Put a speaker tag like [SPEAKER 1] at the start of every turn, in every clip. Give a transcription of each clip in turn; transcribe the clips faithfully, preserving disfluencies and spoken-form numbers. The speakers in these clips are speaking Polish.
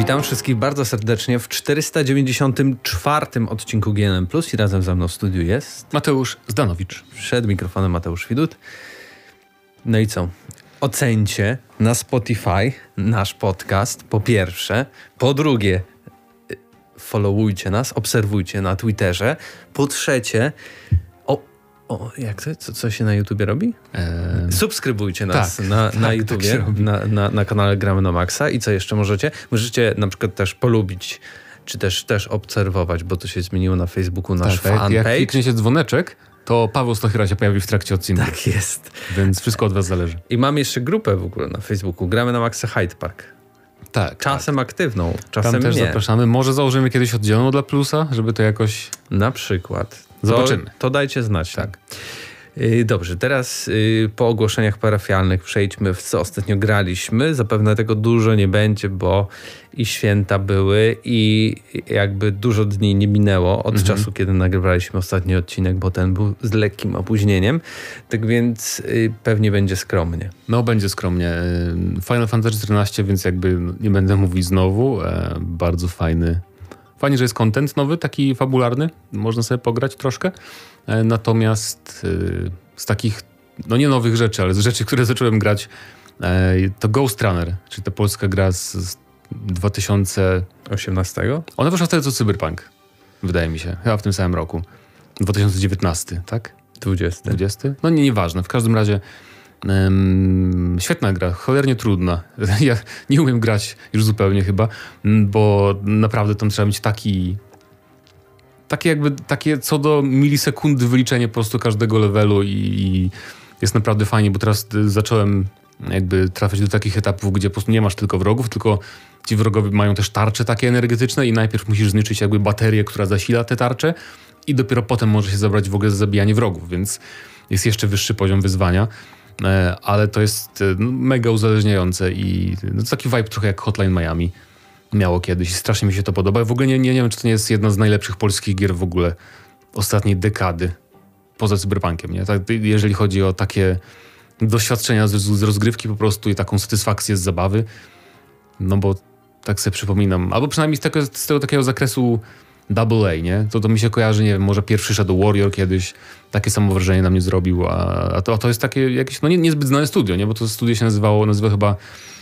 [SPEAKER 1] Witam wszystkich bardzo serdecznie w czterysta dziewięćdziesiątym czwartym odcinku G N M plus i razem ze mną w studiu jest
[SPEAKER 2] Mateusz Zdanowicz.
[SPEAKER 1] Przed mikrofonem Mateusz Widut. No i co? Oceńcie na Spotify nasz podcast, po pierwsze. Po drugie, followujcie nas, obserwujcie na Twitterze. Po trzecie, o, o jak to? Co, co się na YouTubie robi?
[SPEAKER 2] Eee,
[SPEAKER 1] Subskrybujcie nas
[SPEAKER 2] tak,
[SPEAKER 1] na,
[SPEAKER 2] tak,
[SPEAKER 1] na
[SPEAKER 2] tak
[SPEAKER 1] YouTubie,
[SPEAKER 2] się robi.
[SPEAKER 1] na, na, na kanale Gramy na Maxa. I co jeszcze możecie? Możecie na przykład też polubić, czy też, też obserwować, bo to się zmieniło na Facebooku, nasz
[SPEAKER 2] tak,
[SPEAKER 1] fanpage.
[SPEAKER 2] jak klikniecie dzwoneczek, to Paweł Stochyra się pojawi w trakcie odcinka.
[SPEAKER 1] Tak jest.
[SPEAKER 2] Więc wszystko od was zależy.
[SPEAKER 1] I mam jeszcze grupę w ogóle na Facebooku. Gramy na Maxa Hyde Park.
[SPEAKER 2] Tak.
[SPEAKER 1] Czasem
[SPEAKER 2] tak.
[SPEAKER 1] aktywną, czasem
[SPEAKER 2] Tam też
[SPEAKER 1] nie.
[SPEAKER 2] zapraszamy. Może założymy kiedyś oddzielną dla Plusa, żeby to jakoś...
[SPEAKER 1] Na przykład.
[SPEAKER 2] Zobaczymy.
[SPEAKER 1] To, to dajcie znać.
[SPEAKER 2] Tak.
[SPEAKER 1] Yy, Dobrze, teraz yy, po ogłoszeniach parafialnych przejdźmy w co ostatnio graliśmy. Zapewne tego dużo nie będzie, bo i święta były i jakby dużo dni nie minęło od
[SPEAKER 2] Mhm.
[SPEAKER 1] czasu, kiedy nagrywaliśmy ostatni odcinek, bo ten był z lekkim opóźnieniem. Tak więc yy, pewnie będzie skromnie.
[SPEAKER 2] No, będzie skromnie. Final Fantasy czternaście, więc jakby nie będę mówić znowu. E, bardzo fajny. Fajnie, że jest content nowy, taki fabularny. Można sobie pograć troszkę. E, natomiast e, z takich, no nie nowych rzeczy, ale z rzeczy, które zacząłem grać, e, to Ghost Runner, czyli ta polska gra z, z dwa tysiące...
[SPEAKER 1] osiemnastego?
[SPEAKER 2] Ona wyszła wtedy co Cyberpunk, wydaje mi się. Chyba w tym samym roku. dwa tysiące dziewiętnasty, tak?
[SPEAKER 1] dwudziesty.
[SPEAKER 2] dwudziesty? No nie, nieważne. W każdym razie um, świetna gra, cholernie trudna. Ja nie umiem grać już zupełnie chyba, bo naprawdę tam trzeba mieć taki... Takie jakby, takie co do milisekundy wyliczenie po prostu każdego levelu i, i jest naprawdę fajnie, bo teraz zacząłem jakby trafiać do takich etapów, gdzie po prostu nie masz tylko wrogów, tylko ci wrogowie mają też tarcze takie energetyczne i najpierw musisz zniszczyć jakby baterię, która zasila te tarcze i dopiero potem może się zabrać w ogóle za zabijanie wrogów, więc jest jeszcze wyższy poziom wyzwania, ale to jest no, mega uzależniające i no, to taki vibe trochę jak Hotline Miami miało kiedyś i strasznie mi się to podoba. W ogóle nie, nie, nie wiem, czy to nie jest jedna z najlepszych polskich gier w ogóle ostatniej dekady, poza Cyberpunkiem, nie? Tak, jeżeli chodzi o takie doświadczenia z, z rozgrywki po prostu i taką satysfakcję z zabawy, no bo tak sobie przypominam, albo przynajmniej z tego, z tego takiego zakresu double A, nie? To, to mi się kojarzy, nie wiem, może pierwszy Shadow Warrior kiedyś takie samo wrażenie na mnie zrobił, a, a, to, a to jest takie jakieś, no nie, niezbyt znane studio, nie? Bo to studio się nazywało, nazywa chyba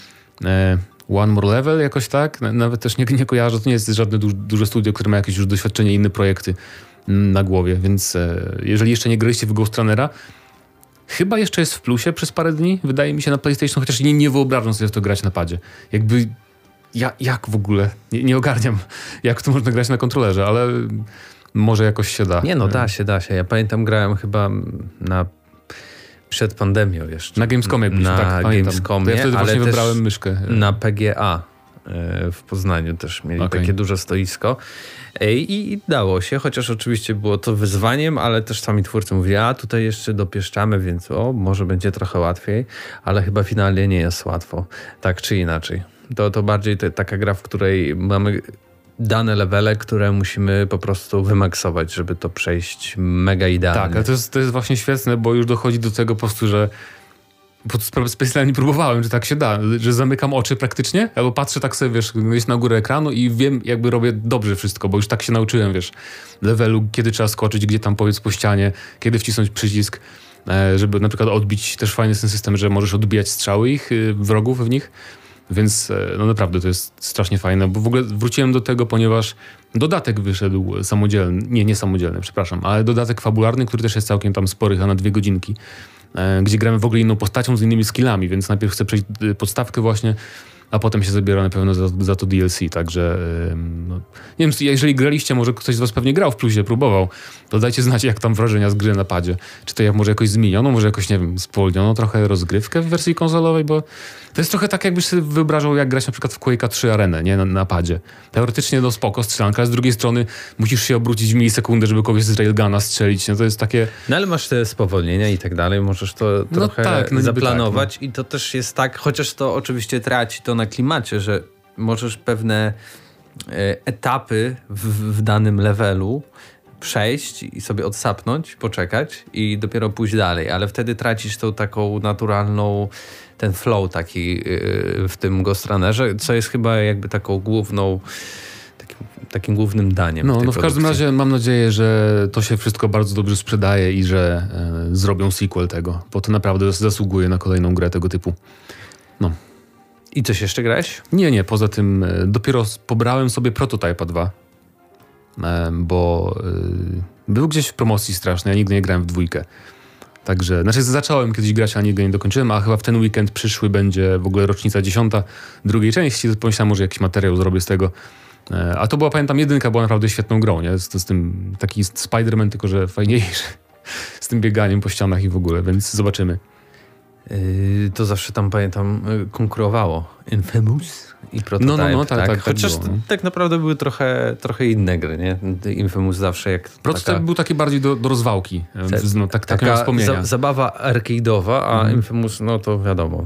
[SPEAKER 2] e, One More Level jakoś tak, nawet też nie, nie kojarzę, to nie jest żadne du, duże studio, które ma jakieś już doświadczenie i inne projekty na głowie, więc e, jeżeli jeszcze nie graliście w Ghost Runnera, chyba jeszcze jest w plusie przez parę dni, wydaje mi się, na PlayStation, chociaż nie, nie wyobrażam sobie w to grać na padzie. Jakby, ja, jak w ogóle? Nie, nie ogarniam, jak to można grać na kontrolerze, ale może jakoś się da.
[SPEAKER 1] Nie no, da się, da się. Ja pamiętam, grałem chyba na... przed pandemią jeszcze.
[SPEAKER 2] Na Gamescomie byliśmy,
[SPEAKER 1] na
[SPEAKER 2] tak, pamiętam.
[SPEAKER 1] Gamescomie,
[SPEAKER 2] To ja wtedy
[SPEAKER 1] ale
[SPEAKER 2] właśnie
[SPEAKER 1] też
[SPEAKER 2] wybrałem myszkę.
[SPEAKER 1] Na P G A w Poznaniu też mieli
[SPEAKER 2] Okay.
[SPEAKER 1] takie duże stoisko i, i dało się, chociaż oczywiście było to wyzwaniem, ale też sami twórcy mówili, a tutaj jeszcze dopieszczamy, więc o, może będzie trochę łatwiej, ale chyba finalnie nie jest łatwo, tak czy inaczej. To, to bardziej te, taka gra, w której mamy dane levele, które musimy po prostu wymaksować, żeby to przejść mega idealnie.
[SPEAKER 2] Tak, ale to jest, to jest właśnie świetne, bo już dochodzi do tego po prostu, że bo to specjalnie próbowałem, że tak się da, że zamykam oczy praktycznie, albo patrzę tak sobie, wiesz, gdzieś na górę ekranu i wiem, jakby robię dobrze wszystko, bo już tak się nauczyłem, wiesz, levelu, kiedy trzeba skoczyć, gdzie tam powiedz po ścianie, kiedy wcisnąć przycisk, żeby na przykład odbić, też fajny jest ten system, że możesz odbijać strzały ich, wrogów w nich, więc no naprawdę to jest strasznie fajne, bo w ogóle wróciłem do tego, ponieważ dodatek wyszedł samodzielny, nie, nie samodzielny, przepraszam, ale dodatek fabularny, który też jest całkiem tam spory, chyba na dwie godzinki, gdzie gramy w ogóle inną postacią z innymi skillami, więc najpierw chcę przejść podstawkę właśnie, a potem się zabiera na pewno za, za to D L C, także no, nie wiem, jeżeli graliście, może ktoś z was pewnie grał w plusie, próbował, to dajcie znać, jak tam wrażenia z gry na padzie. Czy to jak może jakoś zmieniono, może jakoś, nie wiem, spowolniono trochę rozgrywkę w wersji konsolowej, bo to jest trochę tak, jakbyś sobie wyobrażał, jak grać na przykład w Quake'a trzy Arenę, nie, na, na padzie. Teoretycznie no spoko, strzelanka, a z drugiej strony musisz się obrócić w milisekundę, żeby kogoś z railguna strzelić, no to jest takie...
[SPEAKER 1] No ale masz te spowolnienia i tak dalej, możesz to
[SPEAKER 2] no
[SPEAKER 1] trochę
[SPEAKER 2] tak, no
[SPEAKER 1] zaplanować
[SPEAKER 2] tak, no.
[SPEAKER 1] I to też jest tak, chociaż to oczywiście traci to na klimacie, że możesz pewne e, etapy w, w danym levelu przejść i sobie odsapnąć, poczekać i dopiero pójść dalej, ale wtedy tracisz tą taką naturalną, ten flow taki yy, w tym Ghost Runnerze, co jest chyba jakby taką główną, takim, takim głównym daniem.
[SPEAKER 2] No,
[SPEAKER 1] tej
[SPEAKER 2] no w każdym
[SPEAKER 1] produkcji.
[SPEAKER 2] razie mam nadzieję, że to się wszystko bardzo dobrze sprzedaje i że e, zrobią sequel tego, bo to naprawdę zasługuje na kolejną grę tego typu. No.
[SPEAKER 1] I coś jeszcze grałeś?
[SPEAKER 2] Nie, nie, poza tym e, dopiero s- pobrałem sobie Prototype'a dwa, e, bo e, był gdzieś w promocji strasznej, ja nigdy nie grałem w dwójkę. Także, znaczy zacząłem kiedyś grać, a nigdy nie dokończyłem, a chyba w ten weekend przyszły będzie w ogóle rocznica dziesiąta drugiej części, to pomyślałem, może jakiś materiał zrobię z tego. E, a to była, pamiętam, jedynka była naprawdę świetną grą, nie? Z, z tym taki Spider-Man, tylko że fajniejszy. Z tym bieganiem po ścianach i w ogóle, więc zobaczymy.
[SPEAKER 1] Yy, to zawsze tam, pamiętam, yy, konkurowało Infamous i Prototype.
[SPEAKER 2] No, no, no, tak, tak, tak
[SPEAKER 1] Chociaż
[SPEAKER 2] było, no.
[SPEAKER 1] tak naprawdę były trochę, trochę inne gry, nie? Infamous zawsze jak
[SPEAKER 2] Prototype
[SPEAKER 1] taka,
[SPEAKER 2] był taki bardziej do, do rozwałki. E, no, tak, tak miałem
[SPEAKER 1] taka
[SPEAKER 2] wspomnienia.
[SPEAKER 1] za, zabawa arcade'owa, a
[SPEAKER 2] Mhm.
[SPEAKER 1] Infamous, no to wiadomo,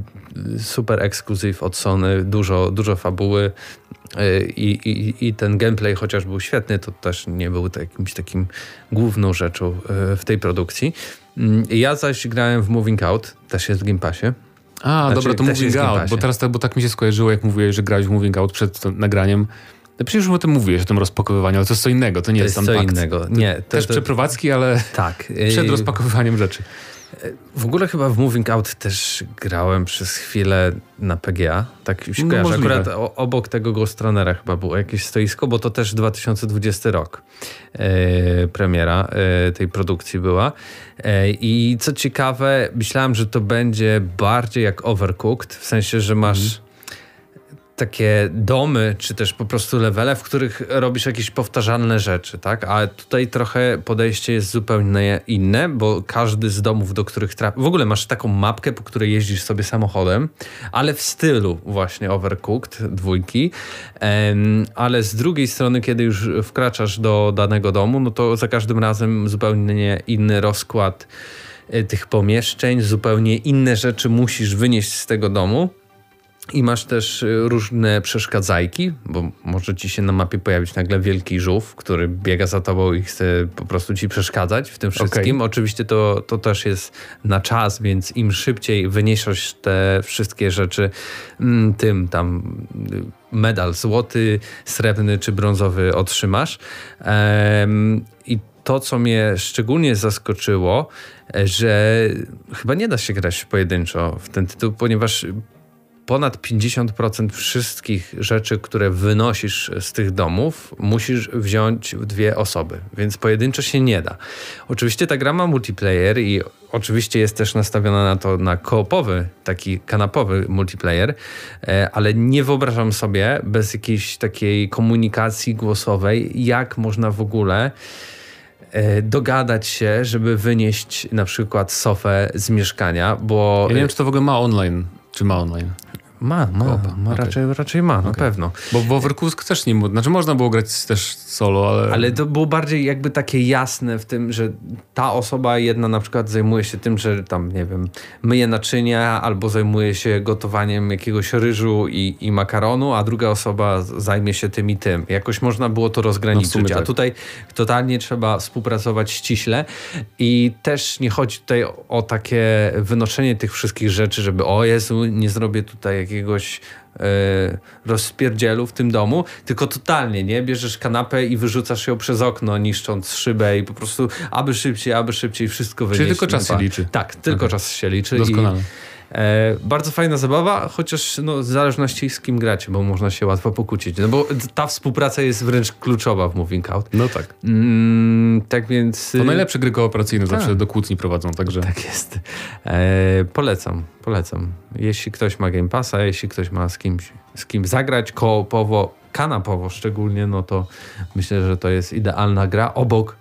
[SPEAKER 1] super ekskluzyw od Sony, dużo, dużo fabuły yy, i, i, i ten gameplay chociaż był świetny, to też nie był to jakimś takim główną rzeczą yy, w tej produkcji. Yy, ja zaś grałem w Moving Out, też jest w Game Passie.
[SPEAKER 2] A,
[SPEAKER 1] Znaczy,
[SPEAKER 2] dobra, to
[SPEAKER 1] też
[SPEAKER 2] Moving
[SPEAKER 1] jest w Game
[SPEAKER 2] Out,
[SPEAKER 1] Passie.
[SPEAKER 2] bo teraz tak, bo tak mi się skojarzyło, jak mówiłeś, że grałeś w Moving Out przed to, nagraniem. No przecież już o tym mówiłeś, o tym rozpakowywaniu, ale to jest co innego, to nie
[SPEAKER 1] To
[SPEAKER 2] jest
[SPEAKER 1] jest co
[SPEAKER 2] Unpacked.
[SPEAKER 1] innego. Nie, to,
[SPEAKER 2] Też
[SPEAKER 1] to,
[SPEAKER 2] przeprowadzki, ale
[SPEAKER 1] tak.
[SPEAKER 2] przed
[SPEAKER 1] Yy,
[SPEAKER 2] rozpakowywaniem rzeczy.
[SPEAKER 1] W ogóle chyba w Moving Out też grałem przez chwilę na P G A. Tak się
[SPEAKER 2] No,
[SPEAKER 1] kojarzę.
[SPEAKER 2] możliwe.
[SPEAKER 1] Akurat o, obok tego Ghost Runnera chyba było jakieś stoisko, bo to też dwa tysiące dwudziesty rok e, premiera e, tej produkcji była. E, I co ciekawe, myślałem, że to będzie bardziej jak Overcooked, w sensie, że masz takie domy, czy też po prostu levele, w których robisz jakieś powtarzalne rzeczy, tak? A tutaj trochę podejście jest zupełnie inne, bo każdy z domów, do których trafisz... W ogóle masz taką mapkę, po której jeździsz sobie samochodem, ale w stylu właśnie Overcooked dwójki. Em, ale z drugiej strony, kiedy już wkraczasz do danego domu, no to za każdym razem zupełnie inny rozkład e, tych pomieszczeń, zupełnie inne rzeczy musisz wynieść z tego domu. I masz też y, różne przeszkadzajki, bo może ci się na mapie pojawić nagle wielki żółw, który biega za tobą i chce po prostu ci przeszkadzać w tym wszystkim.
[SPEAKER 2] Okej.
[SPEAKER 1] Oczywiście to, to też jest na czas, więc im szybciej wyniesiesz te wszystkie rzeczy, mm, tym tam y, medal złoty, srebrny czy brązowy otrzymasz. Em, I to, co mnie szczególnie zaskoczyło, że chyba nie da się grać pojedynczo w ten tytuł, ponieważ ponad pięćdziesiąt procent wszystkich rzeczy, które wynosisz z tych domów, musisz wziąć w dwie osoby, więc pojedynczo się nie da. Oczywiście ta gra ma multiplayer i oczywiście jest też nastawiona na to, na koopowy, taki kanapowy multiplayer, ale nie wyobrażam sobie bez jakiejś takiej komunikacji głosowej, jak można w ogóle dogadać się, żeby wynieść na przykład sofę z mieszkania, bo...
[SPEAKER 2] Ja nie wiem, czy to w ogóle ma online. Czy ma online?
[SPEAKER 1] Ma, ma,
[SPEAKER 2] Koop,
[SPEAKER 1] ma
[SPEAKER 2] okej.
[SPEAKER 1] raczej, raczej ma, na
[SPEAKER 2] Okej.
[SPEAKER 1] pewno.
[SPEAKER 2] Bo w Overcooked też nie... mo- Znaczy można było grać też solo, ale...
[SPEAKER 1] Ale to było bardziej jakby takie jasne w tym, że ta osoba jedna na przykład zajmuje się tym, że tam, nie wiem, myje naczynia albo zajmuje się gotowaniem jakiegoś ryżu i, i makaronu, a druga osoba zajmie się tym i tym. Jakoś można było to
[SPEAKER 2] No w
[SPEAKER 1] rozgraniczyć,
[SPEAKER 2] sumie
[SPEAKER 1] a
[SPEAKER 2] tak.
[SPEAKER 1] tutaj totalnie trzeba współpracować ściśle i też nie chodzi tutaj o, o takie wynoszenie tych wszystkich rzeczy, żeby o Jezu, nie zrobię tutaj jakiegoś e, rozpierdzielu w tym domu, tylko totalnie, nie? Bierzesz kanapę i wyrzucasz ją przez okno, niszcząc szybę i po prostu aby szybciej, aby szybciej wszystko wynieść.
[SPEAKER 2] tylko czas się
[SPEAKER 1] Ba-
[SPEAKER 2] liczy.
[SPEAKER 1] Tak, tylko
[SPEAKER 2] Okej.
[SPEAKER 1] czas się liczy.
[SPEAKER 2] Doskonale.
[SPEAKER 1] I, e, bardzo fajna zabawa, chociaż no, w zależności z kim gracie, bo można się łatwo pokłócić. No bo ta współpraca jest wręcz kluczowa w Moving Out.
[SPEAKER 2] No tak.
[SPEAKER 1] Mm, tak więc...
[SPEAKER 2] To najlepsze gry kooperacyjne
[SPEAKER 1] tak.
[SPEAKER 2] zawsze do kłótni prowadzą, także...
[SPEAKER 1] Tak jest. E, polecam, polecam. Jeśli ktoś ma Game Passa, jeśli ktoś ma z kimś, z kim zagrać koopowo, kanapowo szczególnie, no to myślę, że to jest idealna gra obok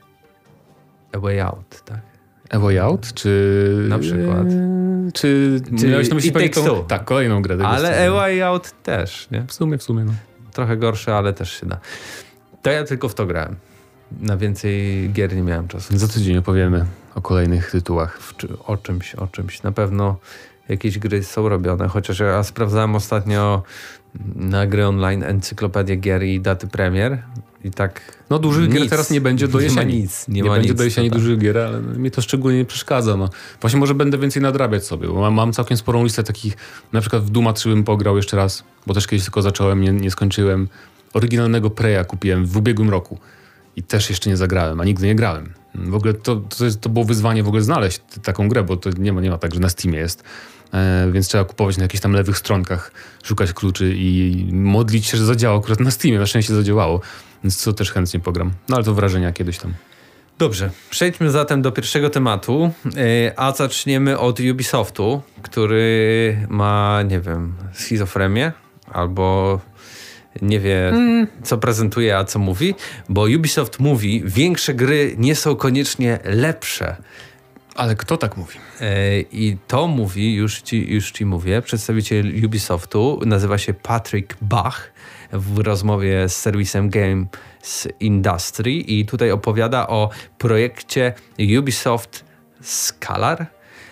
[SPEAKER 1] A Way Out, tak?
[SPEAKER 2] A Way Out, czy...
[SPEAKER 1] Na przykład.
[SPEAKER 2] Eee, Czy...
[SPEAKER 1] Czy
[SPEAKER 2] miałeś na myśli
[SPEAKER 1] It
[SPEAKER 2] pewnie
[SPEAKER 1] Takes
[SPEAKER 2] tą-
[SPEAKER 1] Two.
[SPEAKER 2] Tak, kolejną grę tego
[SPEAKER 1] Ale
[SPEAKER 2] stylu.
[SPEAKER 1] A Way Out też, nie?
[SPEAKER 2] W sumie, w sumie, no.
[SPEAKER 1] Trochę gorsze, ale też się da. To ja tylko w to grałem. Na więcej gier nie miałem czasu.
[SPEAKER 2] Za tydzień opowiemy o kolejnych tytułach.
[SPEAKER 1] W, czy- o czymś, o czymś. Na pewno jakieś gry są robione, chociaż ja sprawdzałem ostatnio na gry online encyklopedię gier i daty premier i tak
[SPEAKER 2] no dużych
[SPEAKER 1] nic,
[SPEAKER 2] gier teraz nie będzie do jesieni.
[SPEAKER 1] Nie ma nic. Nie,
[SPEAKER 2] nie
[SPEAKER 1] ma
[SPEAKER 2] będzie
[SPEAKER 1] nic,
[SPEAKER 2] do jesieni
[SPEAKER 1] tak.
[SPEAKER 2] dużych gier, ale mnie to szczególnie nie przeszkadza. No. Właśnie może będę więcej nadrabiać sobie, bo mam, mam całkiem sporą listę takich, na przykład w Duma trzy bym pograł jeszcze raz, bo też kiedyś tylko zacząłem, nie, nie skończyłem. Oryginalnego Preya kupiłem w ubiegłym roku i też jeszcze nie zagrałem, a nigdy nie grałem. W ogóle to, to, jest, to było wyzwanie w ogóle znaleźć t- taką grę, bo to nie ma, nie ma tak, że na Steamie jest. E, więc trzeba kupować na jakichś tam lewych stronkach, szukać kluczy i modlić się, że zadziała akurat na Steamie. Na szczęście zadziałało, więc to też chętnie pogram. No ale to wrażenia kiedyś tam.
[SPEAKER 1] Dobrze, przejdźmy zatem do pierwszego tematu, a zaczniemy od Ubisoftu, który ma, nie wiem, schizofrenię albo nie wie, mm. co prezentuje, a co mówi, bo Ubisoft mówi, większe gry nie są koniecznie lepsze.
[SPEAKER 2] Ale kto tak mówi?
[SPEAKER 1] I to mówi, już ci, już ci mówię, przedstawiciel Ubisoftu, nazywa się Patrick Bach, w rozmowie z serwisem Games Industry i tutaj opowiada o projekcie Ubisoft Scalar.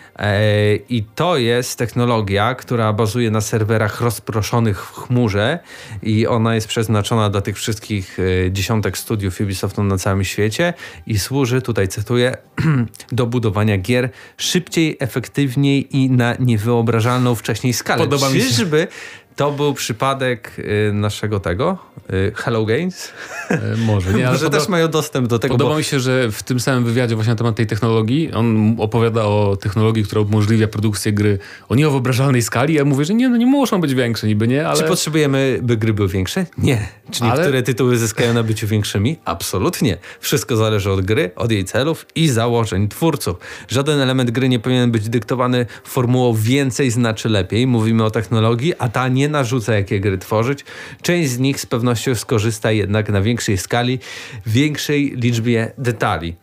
[SPEAKER 1] I to jest technologia, która bazuje na serwerach rozproszonych w chmurze i ona jest przeznaczona dla tych wszystkich dziesiątek studiów Ubisoftu na całym świecie i służy, tutaj cytuję, do budowania gier szybciej, efektywniej i na niewyobrażalną wcześniej skalę.
[SPEAKER 2] Podoba mi się.
[SPEAKER 1] Czyżby to był przypadek y, naszego tego, y, Hello Games?
[SPEAKER 2] E, może, nie, ale
[SPEAKER 1] że
[SPEAKER 2] poda-
[SPEAKER 1] też mają dostęp do tego.
[SPEAKER 2] Podoba
[SPEAKER 1] bo...
[SPEAKER 2] mi się, że w tym samym wywiadzie właśnie na temat tej technologii, on opowiada o technologii, która umożliwia produkcję gry o niewyobrażalnej skali. Ja mówię, że nie, no nie muszą być większe niby, nie? Ale...
[SPEAKER 1] Czy potrzebujemy, by gry były większe? Nie. Czy niektóre
[SPEAKER 2] ale...
[SPEAKER 1] tytuły zyskają na byciu większymi? Absolutnie. Wszystko zależy od gry, od jej celów i założeń twórców. Żaden element gry nie powinien być dyktowany formułą więcej znaczy lepiej. Mówimy o technologii, a ta nie narzuca, jakie gry tworzyć. Część z nich z pewnością skorzysta jednak na większej skali, większej liczbie detali.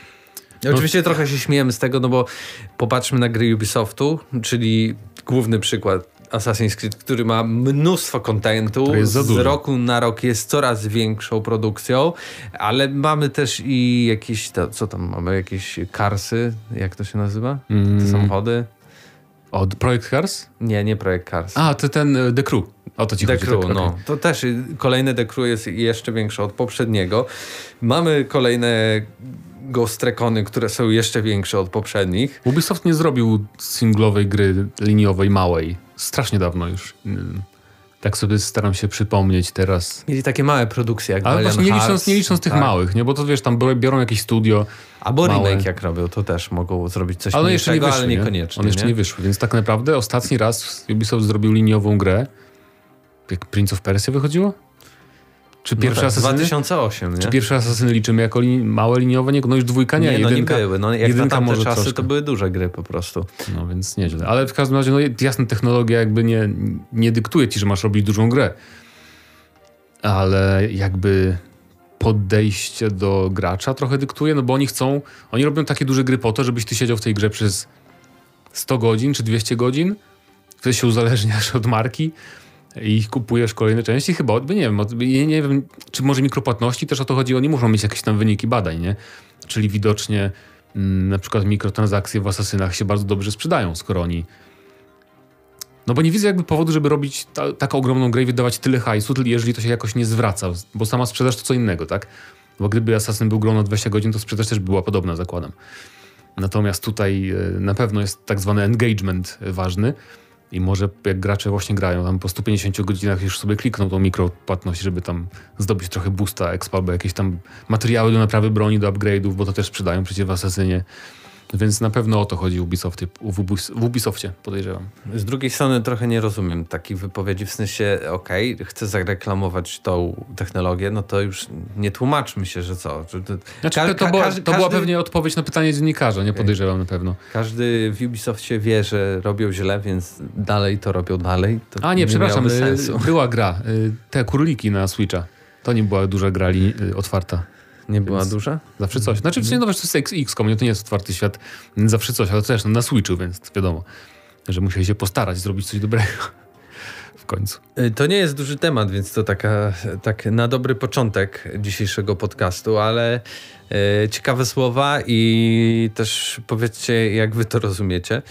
[SPEAKER 1] No. Oczywiście trochę się śmiejemy z tego, no bo popatrzmy na gry Ubisoftu, czyli główny przykład Assassin's Creed, który ma mnóstwo kontentu, z roku na rok jest coraz większą produkcją, ale mamy też i jakieś, to, co tam mamy, jakieś Carsy, jak to się nazywa? Mm. Te samochody?
[SPEAKER 2] O, Projekt Cars?
[SPEAKER 1] Nie, nie Projekt Cars.
[SPEAKER 2] A, to ten The Crew. O to ci
[SPEAKER 1] The
[SPEAKER 2] chodzi.
[SPEAKER 1] Crew,
[SPEAKER 2] tak,
[SPEAKER 1] no.
[SPEAKER 2] okay.
[SPEAKER 1] To też kolejne The Crew jest jeszcze większe od poprzedniego. Mamy kolejne Ghost Recony, które są jeszcze większe od poprzednich.
[SPEAKER 2] Ubisoft nie zrobił singlowej gry liniowej, małej. Strasznie dawno już. Tak sobie staram się przypomnieć teraz.
[SPEAKER 1] Mieli takie małe produkcje jak
[SPEAKER 2] Ale
[SPEAKER 1] Valiant
[SPEAKER 2] właśnie nie
[SPEAKER 1] Hearts,
[SPEAKER 2] licząc, nie licząc tych
[SPEAKER 1] tak.
[SPEAKER 2] małych, nie? Bo to wiesz, tam biorą jakieś studio.
[SPEAKER 1] Albo
[SPEAKER 2] małe.
[SPEAKER 1] remake jak robią, to też mogą zrobić coś
[SPEAKER 2] ale jeszcze nie wyszły,
[SPEAKER 1] ale
[SPEAKER 2] nie?
[SPEAKER 1] niekoniecznie.
[SPEAKER 2] One jeszcze nie? nie wyszły, więc tak naprawdę ostatni raz Ubisoft zrobił liniową grę. Jak Prince of Persia wychodziło? Czy pierwsze
[SPEAKER 1] no tak,
[SPEAKER 2] Asasyny?
[SPEAKER 1] dwa tysiące osiem, nie?
[SPEAKER 2] Czy pierwsze Asasyny liczymy jako li- małe liniowe? Nie, no już dwójka nie,
[SPEAKER 1] nie no
[SPEAKER 2] jedynka,
[SPEAKER 1] nie były. No, jak na tamte
[SPEAKER 2] może
[SPEAKER 1] czasy
[SPEAKER 2] troszkę.
[SPEAKER 1] to były duże gry po prostu.
[SPEAKER 2] No więc nieźle. Ale w każdym razie, no jasna technologia jakby nie, nie dyktuje ci, że masz robić dużą grę. Ale jakby podejście do gracza trochę dyktuje, no bo oni chcą, oni robią takie duże gry po to, żebyś ty siedział w tej grze przez sto godzin czy dwieście godzin, wtedy się uzależniasz od marki i kupujesz kolejne części. Chyba, nie wiem, nie, nie wiem, czy może mikropłatności też o to chodzi, oni muszą mieć jakieś tam wyniki badań, nie? Czyli widocznie mm, na przykład mikrotransakcje w Asasynach się bardzo dobrze sprzedają, skoro oni... No bo nie widzę jakby powodu, żeby robić ta, taką ogromną grę i wydawać tyle hajsu, jeżeli to się jakoś nie zwraca, bo sama sprzedaż to co innego, tak? Bo gdyby Assassin był grą na dwadzieścia godzin, to sprzedaż też była podobna, zakładam. Natomiast tutaj na pewno jest tak zwany engagement ważny i może jak gracze właśnie grają, tam po stu pięćdziesięciu godzinach już sobie klikną tą mikropłatność, żeby tam zdobyć trochę boosta, expa, albo jakieś tam materiały do naprawy broni, do upgrade'ów, bo to też sprzedają przecież w Assassinie. Więc na pewno o to chodzi w Ubisoftie, w Ubisoftie, podejrzewam.
[SPEAKER 1] Z drugiej strony trochę nie rozumiem takich wypowiedzi, w sensie okej, okay, chcę zareklamować tą technologię, no to już nie tłumaczmy się, że co. Że to,
[SPEAKER 2] znaczy, ka- to, była, to była pewnie odpowiedź na pytanie dziennikarza, nie podejrzewam na pewno.
[SPEAKER 1] Każdy w Ubisoftie wie, że robią źle, więc dalej to robią dalej. To
[SPEAKER 2] A nie,
[SPEAKER 1] nie
[SPEAKER 2] przepraszam,
[SPEAKER 1] sensu.
[SPEAKER 2] była gra, te króliki na Switcha. To nie była duża gra li, otwarta.
[SPEAKER 1] Nie była więc duża?
[SPEAKER 2] Zawsze coś. Znaczy, w sensie, no, to jest X COM, to nie jest otwarty świat, zawsze coś, ale też no, na Switchu, więc wiadomo, że musieli się postarać, zrobić coś dobrego w końcu.
[SPEAKER 1] To nie jest duży temat, więc to taka, tak na dobry początek dzisiejszego podcastu, ale e, ciekawe słowa i też powiedzcie, jak wy to rozumiecie.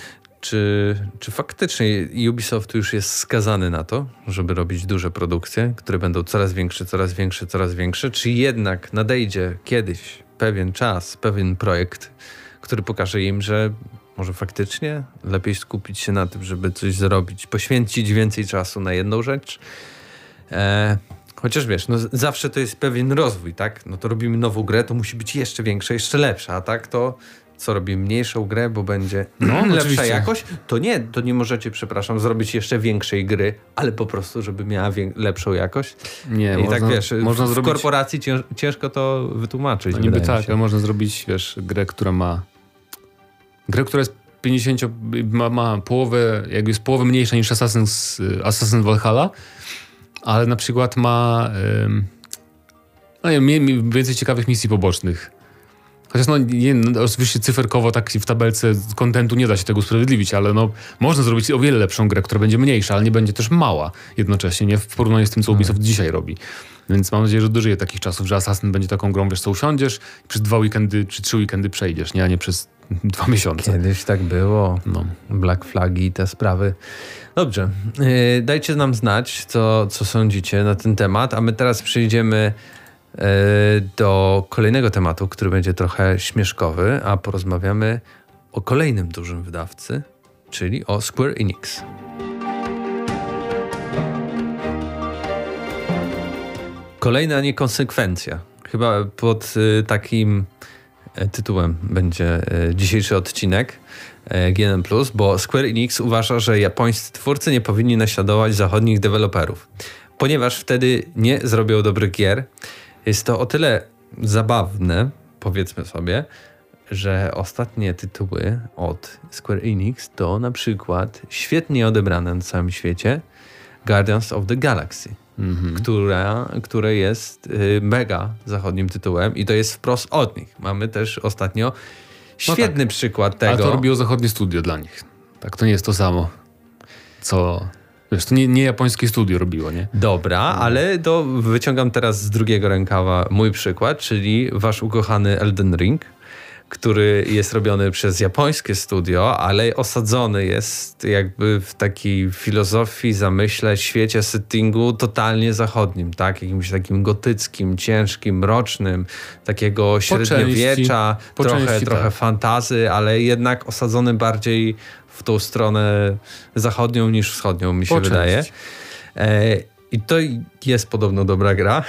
[SPEAKER 1] czy, czy faktycznie Ubisoft już jest skazany na to, żeby robić duże produkcje, które będą coraz większe, coraz większe, coraz większe, czy jednak nadejdzie kiedyś pewien czas, pewien projekt, który pokaże im, że może faktycznie lepiej skupić się na tym, żeby coś zrobić, poświęcić więcej czasu na jedną rzecz. E, chociaż wiesz, no zawsze to jest pewien rozwój, tak? No to robimy nową grę, to musi być jeszcze większa, jeszcze lepsza, a tak to co robimy mniejszą grę, bo będzie no, lepsza oczywiście. jakość, to nie, to nie możecie, przepraszam, zrobić jeszcze większej gry, ale po prostu, żeby miała wiek- lepszą jakość.
[SPEAKER 2] Nie,
[SPEAKER 1] I
[SPEAKER 2] można,
[SPEAKER 1] tak wiesz,
[SPEAKER 2] można
[SPEAKER 1] w
[SPEAKER 2] zrobić...
[SPEAKER 1] korporacji cięż, ciężko to wytłumaczyć.
[SPEAKER 2] No niby tak, ale można zrobić, wiesz, grę, która ma grę, która jest pięćdziesiąt, ma, ma połowę, jakby jest połowę mniejsza niż Assassin's, Assassin's Valhalla, ale na przykład ma um, no nie wiem, więcej ciekawych misji pobocznych. Chociaż no, nie, no, oczywiście cyferkowo tak w tabelce kontentu nie da się tego usprawiedliwić, ale no, można zrobić o wiele lepszą grę, która będzie mniejsza, ale nie będzie też mała jednocześnie, nie w porównaniu z tym, co Ubisoft hmm. dzisiaj robi. Więc mam nadzieję, że dożyje takich czasów, że Assassin będzie taką grą, wiesz co, usiądziesz i przez dwa weekendy czy trzy weekendy przejdziesz, nie? A nie przez dwa miesiące.
[SPEAKER 1] Kiedyś tak było. No. Black Flagi i te sprawy. Dobrze. Yy, dajcie nam znać, co, co sądzicie na ten temat, a my teraz przejdziemy do kolejnego tematu, który będzie trochę śmieszkowy, a porozmawiamy o kolejnym dużym wydawcy, czyli o Square Enix. Kolejna niekonsekwencja. Chyba pod takim tytułem będzie dzisiejszy odcinek G N M plus, bo Square Enix uważa, że japońscy twórcy nie powinni naśladować zachodnich deweloperów, ponieważ wtedy nie zrobią dobrych gier. Jest to o tyle zabawne, powiedzmy sobie, że ostatnie tytuły od Square Enix to na przykład świetnie odebrane na całym świecie Guardians of the Galaxy, mm-hmm. która, które jest y, mega zachodnim tytułem i to jest wprost od nich. Mamy też ostatnio świetny no tak. przykład tego.
[SPEAKER 2] Ale to robiło zachodnie studio dla nich. Tak, to nie jest to samo, co... Wiesz, to nie, nie japońskie studio robiło, nie?
[SPEAKER 1] Dobra, ale to wyciągam teraz z drugiego rękawa mój przykład, czyli wasz ukochany Elden Ring, który jest robiony przez japońskie studio, ale osadzony jest jakby w takiej filozofii, zamyśle, świecie, settingu totalnie zachodnim, tak? Jakimś takim gotyckim, ciężkim, mrocznym, takiego średniowiecza, po trochę, części, trochę tak. fantazy, ale jednak osadzony bardziej w tą stronę zachodnią niż wschodnią, mi się po wydaje. E, I to jest podobno dobra gra.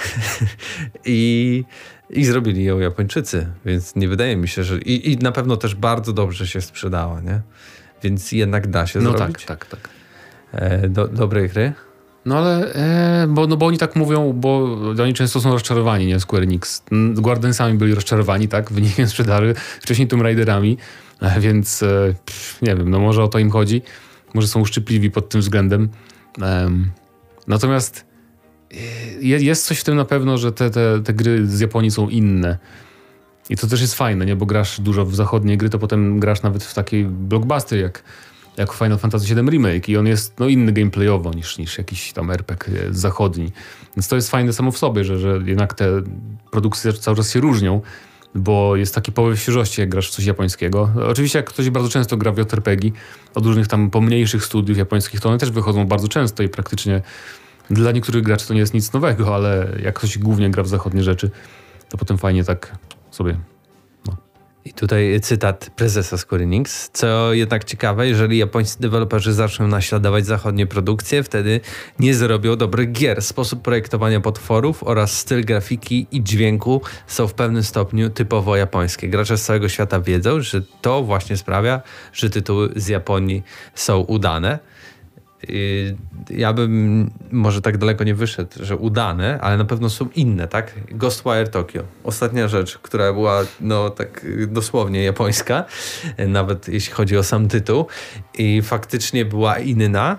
[SPEAKER 1] I, I zrobili ją Japończycy, więc nie wydaje mi się, że... I, i na pewno też bardzo dobrze się sprzedała, nie? Więc jednak da się
[SPEAKER 2] no
[SPEAKER 1] zrobić.
[SPEAKER 2] tak, tak, tak.
[SPEAKER 1] E, do, dobrej gry.
[SPEAKER 2] No ale, e, bo, no bo oni tak mówią, bo oni często są rozczarowani, nie? Square Enix. Guardiansami byli rozczarowani, tak? Wynikiem sprzedaży, wcześniej Tomb Raiderami. Więc pff, nie wiem, no może o to im chodzi. Może są uszczypliwi pod tym względem. Um, natomiast je, jest coś w tym na pewno, że te, te, te gry z Japonii są inne. I to też jest fajne, nie? Bo grasz dużo w zachodnie gry, to potem grasz nawet w takiej blockbuster jak, jak Final Fantasy siedem Remake i on jest no, inny gameplayowo niż, niż jakiś tam er pe gie zachodni. Więc to jest fajne samo w sobie, że, że jednak te produkcje cały czas się różnią. Bo jest taki powiew świeżości, jak grasz w coś japońskiego. Oczywiście jak ktoś bardzo często gra w J R P G od różnych tam pomniejszych studiów japońskich, to one też wychodzą bardzo często i praktycznie dla niektórych graczy to nie jest nic nowego, ale jak ktoś głównie gra w zachodnie rzeczy, to potem fajnie tak sobie... No.
[SPEAKER 1] I tutaj cytat prezesa Square Enix. Co jednak ciekawe, jeżeli japońscy deweloperzy zaczną naśladować zachodnie produkcje, wtedy nie zrobią dobrych gier. Sposób projektowania potworów oraz styl grafiki i dźwięku są w pewnym stopniu typowo japońskie. Gracze z całego świata wiedzą, że to właśnie sprawia, że tytuły z Japonii są udane. Ja bym może tak daleko nie wyszedł, że udane, ale na pewno są inne, tak? Ghostwire Tokyo. Ostatnia rzecz, która była no tak dosłownie japońska, nawet jeśli chodzi o sam tytuł i faktycznie była inna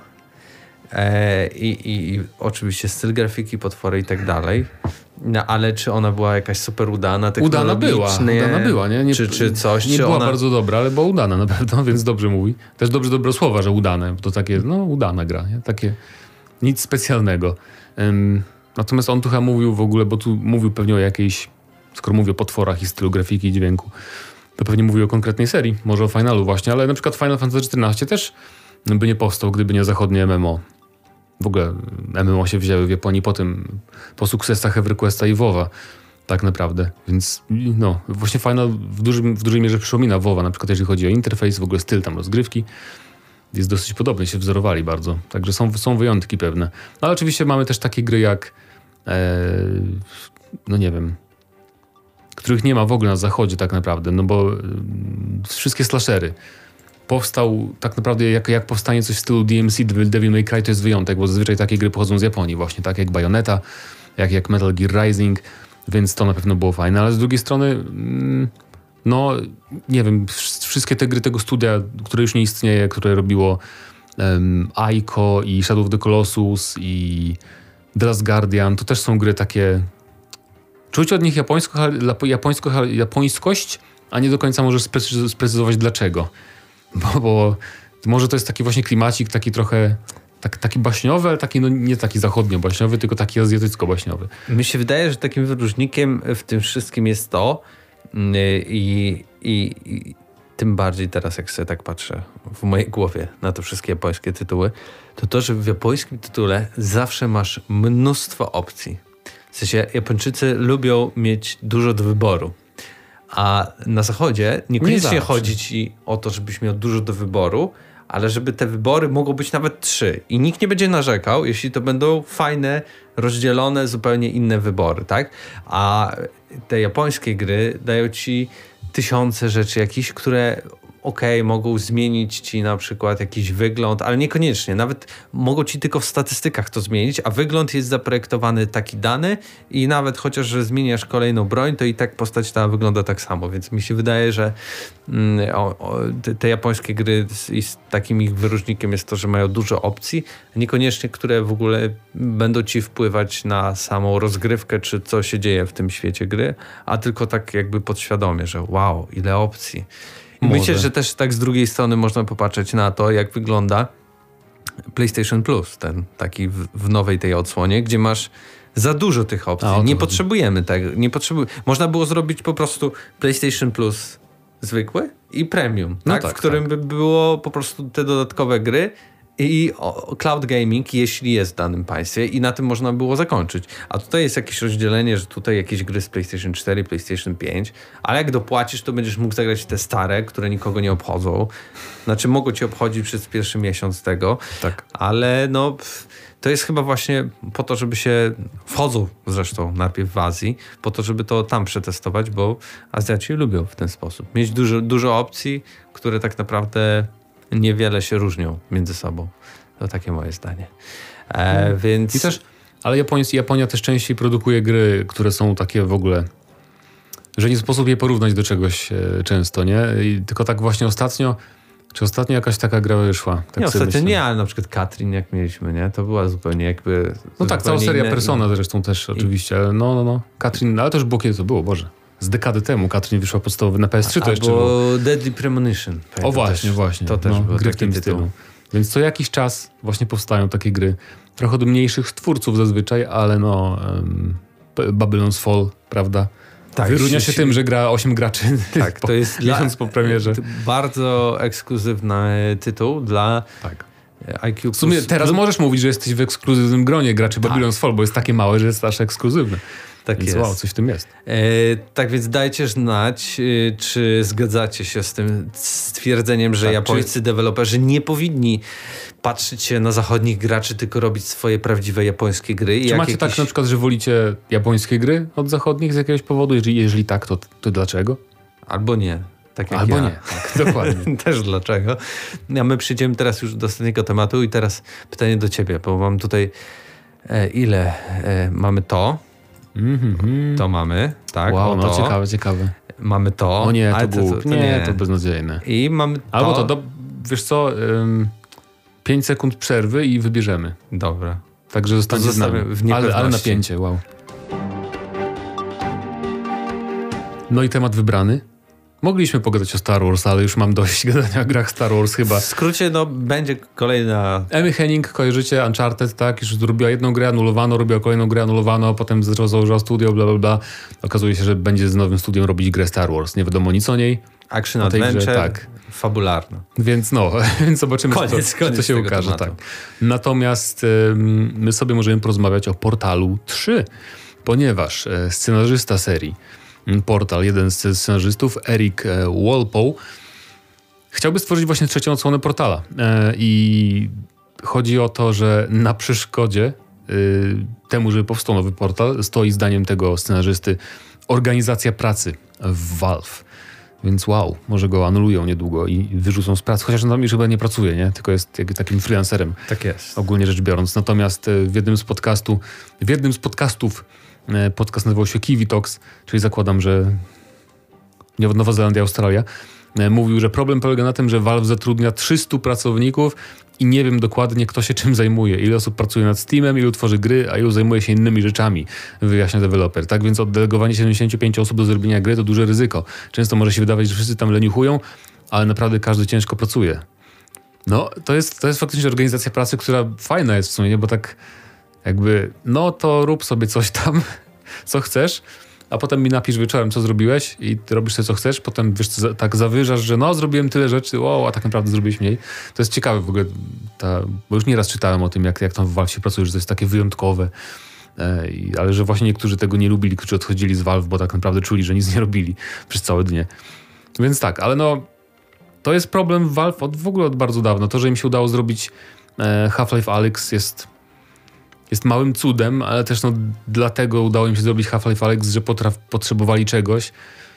[SPEAKER 1] e, i, i oczywiście styl grafiki, potwory i tak dalej. No, ale czy ona była jakaś super udana,
[SPEAKER 2] udana była, udana była, nie? nie
[SPEAKER 1] czy, czy coś?
[SPEAKER 2] Nie
[SPEAKER 1] czy
[SPEAKER 2] była
[SPEAKER 1] ona...
[SPEAKER 2] bardzo dobra, ale była udana na pewno, więc dobrze mówi. Też dobrze dobre słowa, że udane, bo to takie, no udana gra, nie? Takie nic specjalnego. Um, natomiast on tu chyba mówił w ogóle, bo tu mówił pewnie o jakiejś, skoro mówię o potworach i stylu grafiki i dźwięku, to pewnie mówił o konkretnej serii, może o finalu właśnie, ale na przykład Final Fantasy czternaście też by nie powstał, gdyby nie zachodnie M M O. W ogóle M M O się wzięły w Japonii po tym, po sukcesach EverQuesta i WoWa. Tak naprawdę. Więc no, właśnie Final w, dużym, w dużej mierze przypomina WoWa, na przykład jeżeli chodzi o interfejs, w ogóle styl tam rozgrywki. Jest dosyć podobny, się wzorowali bardzo. Także są, są wyjątki pewne. Ale oczywiście mamy też takie gry jak e, no nie wiem, których nie ma w ogóle na zachodzie tak naprawdę, no bo e, wszystkie slashery. Powstał tak naprawdę, jak, jak powstanie coś w stylu D M C, Devil May Cry to jest wyjątek, bo zazwyczaj takie gry pochodzą z Japonii właśnie, tak jak Bayonetta, jak, jak Metal Gear Rising, więc to na pewno było fajne, ale z drugiej strony mm, no nie wiem, wszystkie te gry tego studia, które już nie istnieje, które robiło um, Ico i Shadow of the Colossus i The Last Guardian, to też są gry takie, czuć od nich japońsko, japońsko, japońskość, a nie do końca możesz sprecy- sprecyzować dlaczego. Bo, bo może to jest taki właśnie klimacik, taki trochę tak, taki baśniowy, ale taki no, nie taki zachodnio-baśniowy, tylko taki azjatycko-baśniowy.
[SPEAKER 1] Mi się wydaje, że takim wyróżnikiem w tym wszystkim jest to i, i, i tym bardziej teraz, jak sobie tak patrzę w mojej głowie na te wszystkie japońskie tytuły, to to, że w japońskim tytule zawsze masz mnóstwo opcji. W sensie Japończycy lubią mieć dużo do wyboru. A na zachodzie niekoniecznie nie chodzi ci o to, żebyś miał dużo do wyboru, ale żeby te wybory mogą być nawet trzy. I nikt nie będzie narzekał, jeśli to będą fajne, rozdzielone, zupełnie inne wybory, tak? A te japońskie gry dają ci tysiące rzeczy jakichś, które okej, okay, mogą zmienić ci na przykład jakiś wygląd, ale niekoniecznie. Nawet mogą ci tylko w statystykach to zmienić, a wygląd jest zaprojektowany taki dany i nawet chociaż, że zmieniasz kolejną broń, to i tak postać ta wygląda tak samo. Więc mi się wydaje, że mm, o, o, te, te japońskie gry i z takim ich wyróżnikiem jest to, że mają dużo opcji, niekoniecznie, które w ogóle będą ci wpływać na samą rozgrywkę, czy co się dzieje w tym świecie gry, a tylko tak jakby podświadomie, że wow, ile opcji. I myślę, że też tak z drugiej strony można popatrzeć na to, jak wygląda PlayStation Plus, ten taki w, w nowej tej odsłonie, gdzie masz za dużo tych opcji. A, nie potrzebujemy tego. Nie potrzebu- Można było zrobić po prostu PlayStation Plus zwykły i premium, no tak? Tak, w którym tak. by było po prostu te dodatkowe gry i o, cloud gaming, jeśli jest w danym państwie, i na tym można było zakończyć. A tutaj jest jakieś rozdzielenie, że tutaj jakieś gry z PlayStation cztery, PlayStation pięć, ale jak dopłacisz, to będziesz mógł zagrać te stare, które nikogo nie obchodzą. Znaczy mogą cię obchodzić przez pierwszy miesiąc tego, tak. Ale no pff, to jest chyba właśnie po to, żeby się wchodzą zresztą najpierw w Azji, po to, żeby to tam przetestować, bo Azjaci lubią w ten sposób. Mieć dużo, dużo opcji, które tak naprawdę niewiele się różnią między sobą. To takie moje zdanie. E, hmm. Więc...
[SPEAKER 2] I też, ale Japonia, Japonia też częściej produkuje gry, które są takie w ogóle, że nie sposób je porównać do czegoś e, często, nie? I tylko tak właśnie ostatnio, czy ostatnio jakaś taka gra wyszła? Tak
[SPEAKER 1] nie, ostatnio myślę. Nie, ale na przykład Katrin, jak mieliśmy, nie? To była zupełnie jakby...
[SPEAKER 2] No tak, cała seria inne... Persona zresztą też oczywiście, ale no, no, no. Katrin, ale to już było kiedy to było, Boże. Z dekady temu Katrin wyszła podstawowy na P S trzy, to jeszcze było.
[SPEAKER 1] Deadly Premonition.
[SPEAKER 2] O właśnie, też, właśnie.
[SPEAKER 1] To też no, było
[SPEAKER 2] gry w tym stylu. Więc co jakiś czas właśnie powstają takie gry. Trochę od mniejszych twórców zazwyczaj, ale no um, Babylon's Fall, prawda? Tak, wyróżnia się, się tym, że gra osiem graczy.
[SPEAKER 1] Tak, to jest
[SPEAKER 2] miesiąc po premierze.
[SPEAKER 1] Bardzo ekskluzywny tytuł dla
[SPEAKER 2] tak.
[SPEAKER 1] I Q plus.
[SPEAKER 2] W sumie teraz możesz mówić, że jesteś w ekskluzywnym gronie graczy tak. Babylon's Fall, bo jest takie małe, że jest aż ekskluzywny. Tak więc jest. Wow, coś w tym jest.
[SPEAKER 1] E, tak więc dajcie znać, e, czy zgadzacie się z tym stwierdzeniem, że tak, japońscy czy... deweloperzy nie powinni patrzeć się na zachodnich graczy, tylko robić swoje prawdziwe japońskie gry.
[SPEAKER 2] Czy
[SPEAKER 1] jak
[SPEAKER 2] macie
[SPEAKER 1] jakiś...
[SPEAKER 2] tak na przykład, że wolicie japońskie gry od zachodnich z jakiegoś powodu? Jeżeli, jeżeli tak, to, to dlaczego?
[SPEAKER 1] Albo nie. Tak jak
[SPEAKER 2] Albo
[SPEAKER 1] ja.
[SPEAKER 2] nie, tak, dokładnie.
[SPEAKER 1] Też dlaczego. A my przejdziemy teraz już do ostatniego tematu i teraz pytanie do ciebie, bo mam tutaj e, ile e, mamy to. Mm-hmm. To mamy, tak.
[SPEAKER 2] Wow,
[SPEAKER 1] to.
[SPEAKER 2] no ciekawe, ciekawe.
[SPEAKER 1] Mamy to.
[SPEAKER 2] O nie, to, to, to, to nie, nie, to beznadziejne.
[SPEAKER 1] I mamy to.
[SPEAKER 2] Albo to, do, wiesz co, um, pięć sekund przerwy i wybierzemy.
[SPEAKER 1] Dobra.
[SPEAKER 2] Także zostanie z nami.
[SPEAKER 1] W
[SPEAKER 2] ale, ale napięcie, wow. No i temat wybrany. Mogliśmy pogadać o Star Wars, ale już mam dość gadania o grach Star Wars chyba.
[SPEAKER 1] W skrócie, no, będzie kolejna...
[SPEAKER 2] Amy Hennig, kojarzycie, Uncharted, tak? Już robiła jedną grę, anulowano, robiła kolejną grę, anulowano, potem założyła studio, bla, bla, bla. Okazuje się, że będzie z nowym studiem robić grę Star Wars. Nie wiadomo nic o niej.
[SPEAKER 1] Action Adventure,
[SPEAKER 2] grze, tak.
[SPEAKER 1] Fabularna.
[SPEAKER 2] Więc no, więc zobaczymy,
[SPEAKER 1] koniec,
[SPEAKER 2] co,
[SPEAKER 1] koniec
[SPEAKER 2] co się ukaże. Tak. Natomiast ym, my sobie możemy porozmawiać o Portalu trzy, ponieważ e, scenarzysta serii Portal, jeden z scenarzystów, Eric Walpole, chciałby stworzyć właśnie trzecią odsłonę Portala. I chodzi o to, że na przeszkodzie temu, żeby powstał nowy Portal, stoi zdaniem tego scenarzysty organizacja pracy w Valve. Więc wow, może go anulują niedługo i wyrzucą z pracy, chociaż on tam już chyba nie pracuje, nie? Tylko jest takim freelancerem.
[SPEAKER 1] Tak jest.
[SPEAKER 2] Ogólnie rzecz biorąc. Natomiast w jednym z podcastu, w jednym z podcastów podcast nazywał się Kiwi Talks, czyli zakładam, że Nowa Zelandia, Australia. Mówił, że problem polega na tym, że Valve zatrudnia trzystu pracowników i nie wiem dokładnie, kto się czym zajmuje. Ile osób pracuje nad Steamem, ilu tworzy gry, a ilu zajmuje się innymi rzeczami, wyjaśnia deweloper. Tak więc oddelegowanie siedemdziesięciu pięciu osób do zrobienia gry to duże ryzyko. Często może się wydawać, że wszyscy tam leniuchują, ale naprawdę każdy ciężko pracuje. No, to jest, to jest faktycznie organizacja pracy, która fajna jest w sumie, bo tak jakby, no to rób sobie coś tam, co chcesz, a potem mi napisz wieczorem, co zrobiłeś i ty robisz sobie, co chcesz, potem wiesz, tak zawyżasz, że no, zrobiłem tyle rzeczy, wow, a tak naprawdę zrobiłeś mniej. To jest ciekawe w ogóle, ta, bo już nieraz czytałem o tym, jak, jak tam w Valve się pracuje, że to jest takie wyjątkowe, e, ale że właśnie niektórzy tego nie lubili, którzy odchodzili z Valve, bo tak naprawdę czuli, że nic nie robili przez całe dnie. Więc tak, ale no, to jest problem w Valve od, w ogóle od bardzo dawna. To, że im się udało zrobić e, Half-Life Alyx jest Jest małym cudem, ale też no, dlatego udało im się zrobić Half-Life Alyx, że potraf- potrzebowali czegoś,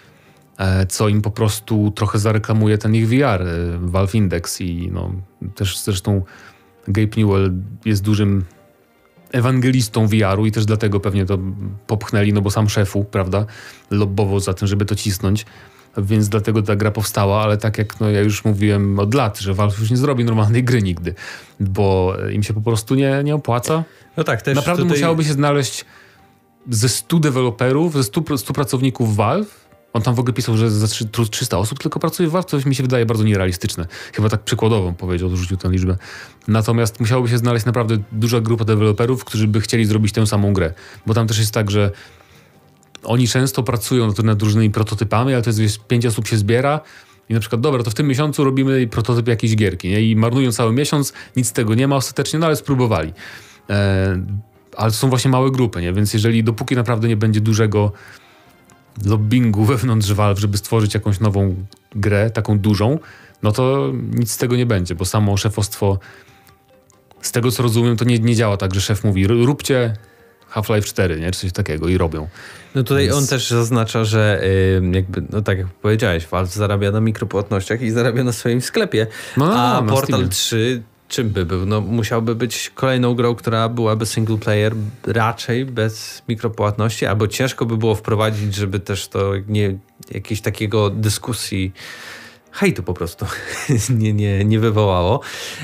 [SPEAKER 2] e, co im po prostu trochę zareklamuje ten ich V R, e, Valve Index i no, też zresztą Gabe Newell jest dużym ewangelistą V R-u i też dlatego pewnie to popchnęli, no bo sam szefu, prawda, lobbował za tym, żeby to cisnąć, więc dlatego ta gra powstała, ale tak jak no, ja już mówiłem od lat, że Valve już nie zrobi normalnej gry nigdy, bo im się po prostu nie, nie opłaca.
[SPEAKER 1] No tak, też
[SPEAKER 2] Naprawdę
[SPEAKER 1] tutaj...
[SPEAKER 2] musiałoby się znaleźć ze stu deweloperów, ze stu, stu pracowników Valve. On tam w ogóle pisał, że za trzysta osób tylko pracuje w Valve, co mi się wydaje bardzo nierealistyczne. Chyba tak przykładowo powiedział, odrzucił tę liczbę. Natomiast musiałoby się znaleźć naprawdę duża grupa deweloperów, którzy by chcieli zrobić tę samą grę. Bo tam też jest tak, że oni często pracują nad różnymi prototypami, ale to jest, wiesz, pięć osób się zbiera i na przykład, dobra, to w tym miesiącu robimy prototyp jakiejś gierki, nie? I marnują cały miesiąc, nic z tego nie ma ostatecznie, no ale spróbowali. E, ale to są właśnie małe grupy, nie? Więc jeżeli dopóki naprawdę nie będzie dużego lobbingu wewnątrz Valve, żeby stworzyć jakąś nową grę, taką dużą, no to nic z tego nie będzie, bo samo szefostwo, z tego co rozumiem, to nie, nie działa tak, że szef mówi, róbcie Half-Life cztery, nie? Czy coś takiego i robią.
[SPEAKER 1] No tutaj
[SPEAKER 2] Więc...
[SPEAKER 1] on też zaznacza, że yy, jakby, no tak jak powiedziałeś, Valve zarabia na mikropłatnościach i zarabia na swoim sklepie,
[SPEAKER 2] no, no,
[SPEAKER 1] a
[SPEAKER 2] no,
[SPEAKER 1] Portal trzy czym by był? No musiałby być kolejną grą, która byłaby single player, raczej bez mikropłatności, albo ciężko by było wprowadzić, żeby też to nie jakiegoś takiego dyskusji, hejtu po prostu nie, nie, nie wywołało.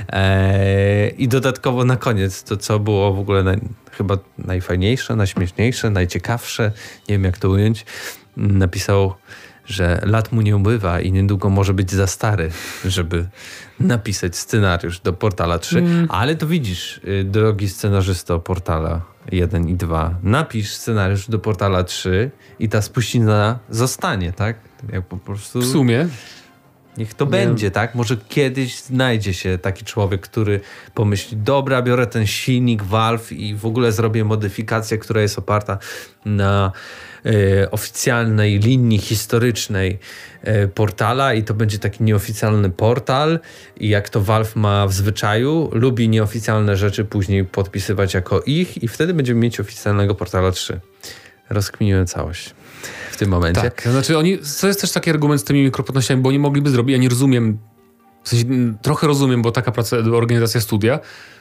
[SPEAKER 1] Eee, I dodatkowo na koniec to, co było w ogóle naj, chyba najfajniejsze, najśmieszniejsze, najciekawsze, nie wiem jak to ująć, napisał, że lat mu nie ubywa i niedługo może być za stary, żeby napisać scenariusz do Portala trzy. Mm. Ale to widzisz, drogi scenarzysto Portala jeden i dwa, napisz scenariusz do Portala trzy i ta spuścizna zostanie, tak? Jak po prostu...
[SPEAKER 2] W sumie...
[SPEAKER 1] Niech to
[SPEAKER 2] nie.
[SPEAKER 1] będzie, tak? Może kiedyś znajdzie się taki człowiek, który pomyśli, dobra, biorę ten silnik Valve i w ogóle zrobię modyfikację, która jest oparta na e, oficjalnej linii historycznej e, Portala i to będzie taki nieoficjalny portal i jak to Valve ma w zwyczaju, lubi nieoficjalne rzeczy później podpisywać jako ich i wtedy będziemy mieć oficjalnego Portala trzy. Rozkminiłem całość w tym momencie.
[SPEAKER 2] Tak, znaczy oni, to jest też taki argument z tymi mikropłatnościami, bo oni mogliby zrobić, ja nie rozumiem, w sensie trochę rozumiem, bo taka praca, organizacja studia,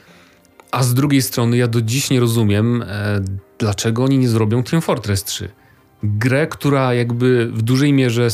[SPEAKER 2] a z drugiej strony ja do dziś nie rozumiem, e, dlaczego oni nie zrobią Team Fortress trzy. Grę, która jakby w dużej mierze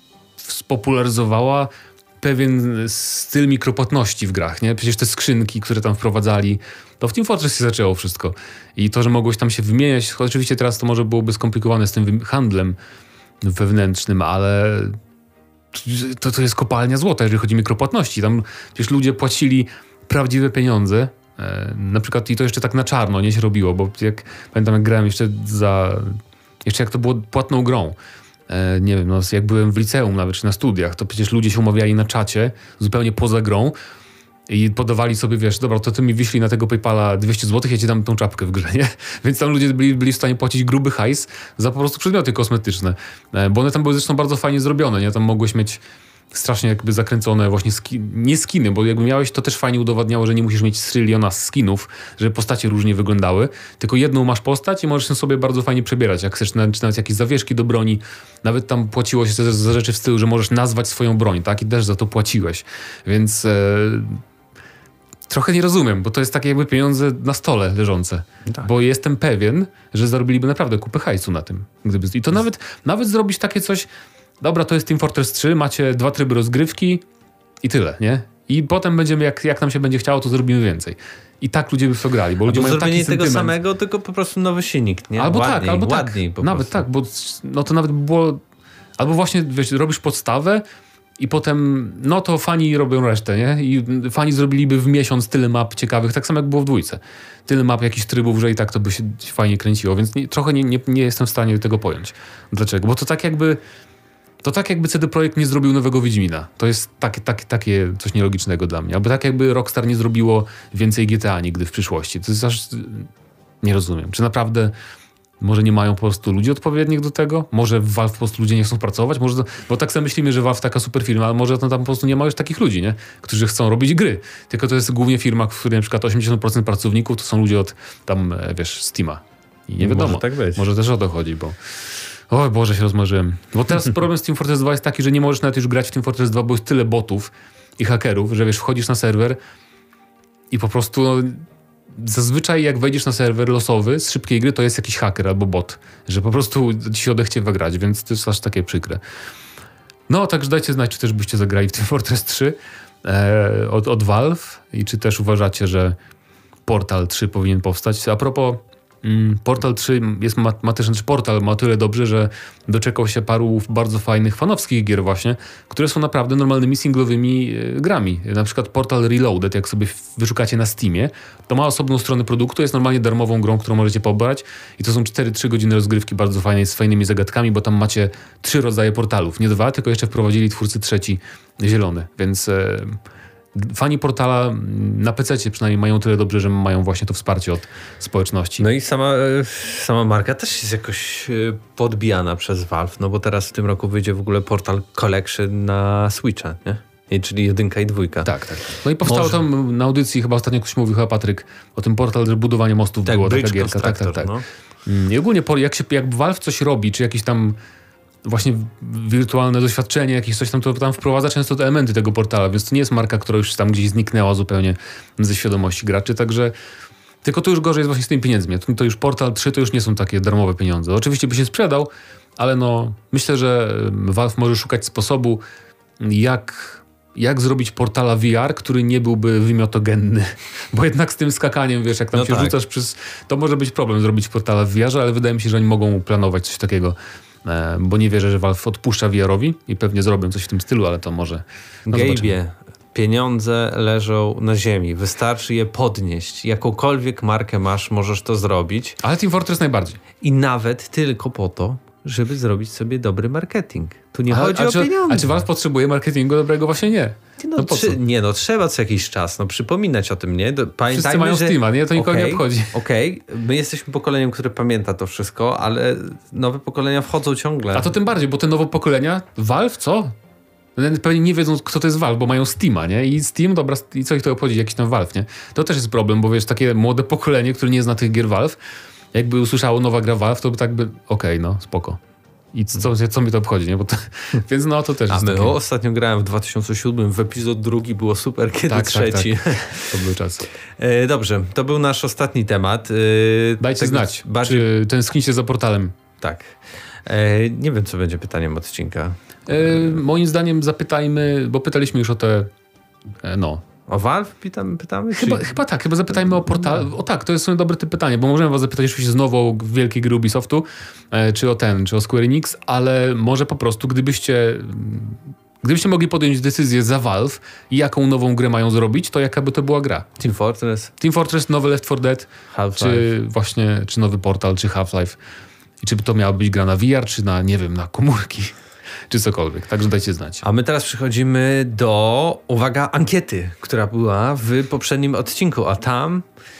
[SPEAKER 2] spopularyzowała pewien styl mikropłatności w grach, nie? Przecież te skrzynki, które tam wprowadzali, to w Team Fortress się zaczęło wszystko. I to, że mogłeś tam się wymieniać, oczywiście teraz to może byłoby skomplikowane z tym handlem wewnętrznym, ale to, to jest kopalnia złota, jeżeli chodzi o mikropłatności. Tam przecież ludzie płacili prawdziwe pieniądze. E, na przykład i to jeszcze tak na czarno nie się robiło, bo jak pamiętam, jak grałem jeszcze za... Jeszcze jak to było płatną grą. E, nie wiem, no, jak byłem w liceum nawet, czy na studiach, to przecież ludzie się umawiali na czacie, zupełnie poza grą i podawali sobie, wiesz, dobra, to ty mi wyślij na tego PayPala dwieście złotych, ja ci dam tą czapkę w grze, nie? Więc tam ludzie byli, byli w stanie płacić gruby hajs za po prostu przedmioty kosmetyczne. E, bo one tam były zresztą bardzo fajnie zrobione, nie? Tam mogłeś mieć strasznie jakby zakręcone właśnie skin, nie skiny, bo jakby miałeś, to też fajnie udowadniało, że nie musisz mieć tryliona skinów, żeby postacie różnie wyglądały, tylko jedną masz postać i możesz ją sobie bardzo fajnie przebierać, jak chcesz, czy nawet jakieś zawieszki do broni, nawet tam płaciło się za, za rzeczy w stylu, że możesz nazwać swoją broń, tak? I też za to płaciłeś, więc e, trochę nie rozumiem, bo to jest takie jakby pieniądze na stole leżące, tak. Bo jestem pewien, że zarobiliby naprawdę kupę hajsu na tym. Gdyby, I to nawet, nawet zrobić takie coś. Dobra, to jest Team Fortress trzy, macie dwa tryby rozgrywki i tyle, nie? I potem będziemy, jak, jak nam się będzie chciało, to zrobimy więcej. I tak ludzie by w to grali, bo ludzie mają taki sentyment.
[SPEAKER 1] Tego samego, tylko po prostu nowy silnik, nie?
[SPEAKER 2] Albo
[SPEAKER 1] ładniej,
[SPEAKER 2] tak, albo
[SPEAKER 1] ładniej
[SPEAKER 2] tak. Nawet tak, bo no to nawet było... Albo właśnie, wiesz, robisz podstawę i potem, no to fani robią resztę, nie? I fani zrobiliby w miesiąc tyle map ciekawych, tak samo jak było w dwójce. Tyle map, jakichś trybów, że i tak to by się fajnie kręciło, więc nie, trochę nie, nie, nie jestem w stanie tego pojąć. Dlaczego? Bo to tak jakby... To tak jakby C D Projekt nie zrobił nowego Wiedźmina. To jest takie, takie, takie coś nielogicznego dla mnie. Albo tak jakby Rockstar nie zrobiło więcej G T A nigdy w przyszłości. To jest aż... Nie rozumiem. Czy naprawdę może nie mają po prostu ludzi odpowiednich do tego? Może w Valve po prostu ludzie nie chcą pracować? Może to... Bo tak sobie myślimy, że Valve taka super firma, ale może to tam po prostu nie ma już takich ludzi, nie? Którzy chcą robić gry. Tylko to jest głównie firma, w której na przykład osiemdziesiąt procent pracowników to są ludzie od tam, wiesz, Steama. I nie wiadomo.
[SPEAKER 1] Może tak być.
[SPEAKER 2] Może też o to chodzi, bo... O Boże, się rozmarzyłem. Bo teraz problem z Team Fortress dwa jest taki, że nie możesz nawet już grać w Team Fortress dwa, bo jest tyle botów i hakerów, że wiesz, wchodzisz na serwer i po prostu no, zazwyczaj jak wejdziesz na serwer losowy z szybkiej gry, to jest jakiś haker albo bot, że po prostu ci się odechciewa grać, więc to jest aż takie przykre. No, także dajcie znać, czy też byście zagrali w Team Fortress trzy e, od, od Valve i czy też uważacie, że Portal trzy powinien powstać. A propos Portal trzy jest, ma, ma też, znaczy Portal ma tyle dobrze, że doczekał się paru bardzo fajnych fanowskich gier właśnie, które są naprawdę normalnymi singlowymi e, grami. Na przykład Portal Reloaded, jak sobie wyszukacie na Steamie, to ma osobną stronę produktu, jest normalnie darmową grą, którą możecie pobrać i to są cztery trzy godziny rozgrywki bardzo fajnej, z fajnymi zagadkami, bo tam macie trzy rodzaje portalów, nie dwa, tylko jeszcze wprowadzili twórcy trzeci, zielony, więc... E, Fani Portala na pececie przynajmniej mają tyle dobrze, że mają właśnie to wsparcie od społeczności.
[SPEAKER 1] No i sama, sama marka też jest jakoś podbijana przez Valve, no bo teraz w tym roku wyjdzie w ogóle Portal Collection na Switcha, nie? I, czyli jedynka i dwójka.
[SPEAKER 2] Tak, tak. No i powstało Może... tam na audycji, chyba ostatnio ktoś mówił, chyba Patryk, o tym Portal, że budowanie mostów tak, było taka gierka. Tak, tak, tak. No. I ogólnie jak, się, jak Valve coś robi, czy jakiś tam właśnie wirtualne doświadczenie, jakieś coś tam, to tam wprowadza często te elementy tego portala, więc to nie jest marka, która już tam gdzieś zniknęła zupełnie ze świadomości graczy, także tylko to już gorzej jest właśnie z tymi pieniędzmi. To, to już Portal trzy to już nie są takie darmowe pieniądze. Oczywiście by się sprzedał, ale no myślę, że Valve może szukać sposobu, jak, jak zrobić Portala V R, który nie byłby wymiotogenny, bo jednak z tym skakaniem, wiesz, jak tam no się tak. rzucasz przez... To może być problem zrobić Portala w V R-ze, ale wydaje mi się, że oni mogą planować coś takiego, bo nie wierzę, że Valve odpuszcza V R-owi i pewnie zrobią coś w tym stylu, ale to może... No
[SPEAKER 1] Gabe'ie, pieniądze leżą na ziemi, wystarczy je podnieść. Jakąkolwiek markę masz, możesz to zrobić.
[SPEAKER 2] Ale Team Fortress najbardziej.
[SPEAKER 1] I nawet tylko po to, żeby zrobić sobie dobry marketing. Tu nie a, chodzi a o
[SPEAKER 2] czy,
[SPEAKER 1] pieniądze.
[SPEAKER 2] A czy Valve potrzebuje marketingu dobrego? Właśnie nie.
[SPEAKER 1] No, no trzy, nie, no trzeba co jakiś czas no, przypominać o tym, nie? Pamiętajmy,
[SPEAKER 2] Wszyscy mają
[SPEAKER 1] że...
[SPEAKER 2] Steama, nie? To nikogo okay, nie obchodzi.
[SPEAKER 1] Okej, okay. My jesteśmy pokoleniem, które pamięta to wszystko, ale nowe pokolenia wchodzą ciągle.
[SPEAKER 2] A to tym bardziej, bo te nowe pokolenia... Valve, co? Pewnie nie wiedzą, kto to jest Valve, bo mają Steama, nie? I Steam, dobra, i co ich to obchodzi? Jakiś tam Valve, nie? To też jest problem, bo wiesz, takie młode pokolenie, które nie zna tych gier Valve, jakby usłyszało nowa gra Valve, to by tak by... Okej, okay, no, spoko. I co, co mi to obchodzi, nie? Bo to, więc no to też
[SPEAKER 1] A
[SPEAKER 2] jest
[SPEAKER 1] my
[SPEAKER 2] takie...
[SPEAKER 1] ostatnio grałem w dwa tysiące siódmym, w epizod drugi było super, kiedy
[SPEAKER 2] tak,
[SPEAKER 1] trzeci.
[SPEAKER 2] Tak, tak. To był czas.
[SPEAKER 1] E, dobrze, to był nasz ostatni temat. E,
[SPEAKER 2] Dajcie tak znać, bardziej... czy tęsknicie za portalem.
[SPEAKER 1] Tak. E, nie wiem, co będzie pytaniem odcinka.
[SPEAKER 2] E, moim zdaniem zapytajmy, bo pytaliśmy już o te, e, no...
[SPEAKER 1] O Valve pytamy? pytamy
[SPEAKER 2] chyba,
[SPEAKER 1] czy...
[SPEAKER 2] chyba tak, chyba zapytajmy o portal. O tak, to jest sobie dobre pytanie, bo możemy was zapytać oczywiście znowu o wielkiej gry Ubisoftu, e, czy o ten, czy o Square Enix, ale może po prostu gdybyście Gdybyście mogli podjąć decyzję za Valve i jaką nową grę mają zrobić, to jaka by to była gra?
[SPEAKER 1] Team Fortress.
[SPEAKER 2] Team Fortress, nowy Left four Dead,
[SPEAKER 1] Half-Life.
[SPEAKER 2] czy właśnie, czy nowy Portal, czy Half-Life. I czy by to miała być gra na V R, czy na, nie wiem, na komórki, czy cokolwiek. Także dajcie znać.
[SPEAKER 1] A my teraz przechodzimy do, uwaga, ankiety, która była w poprzednim odcinku, a tam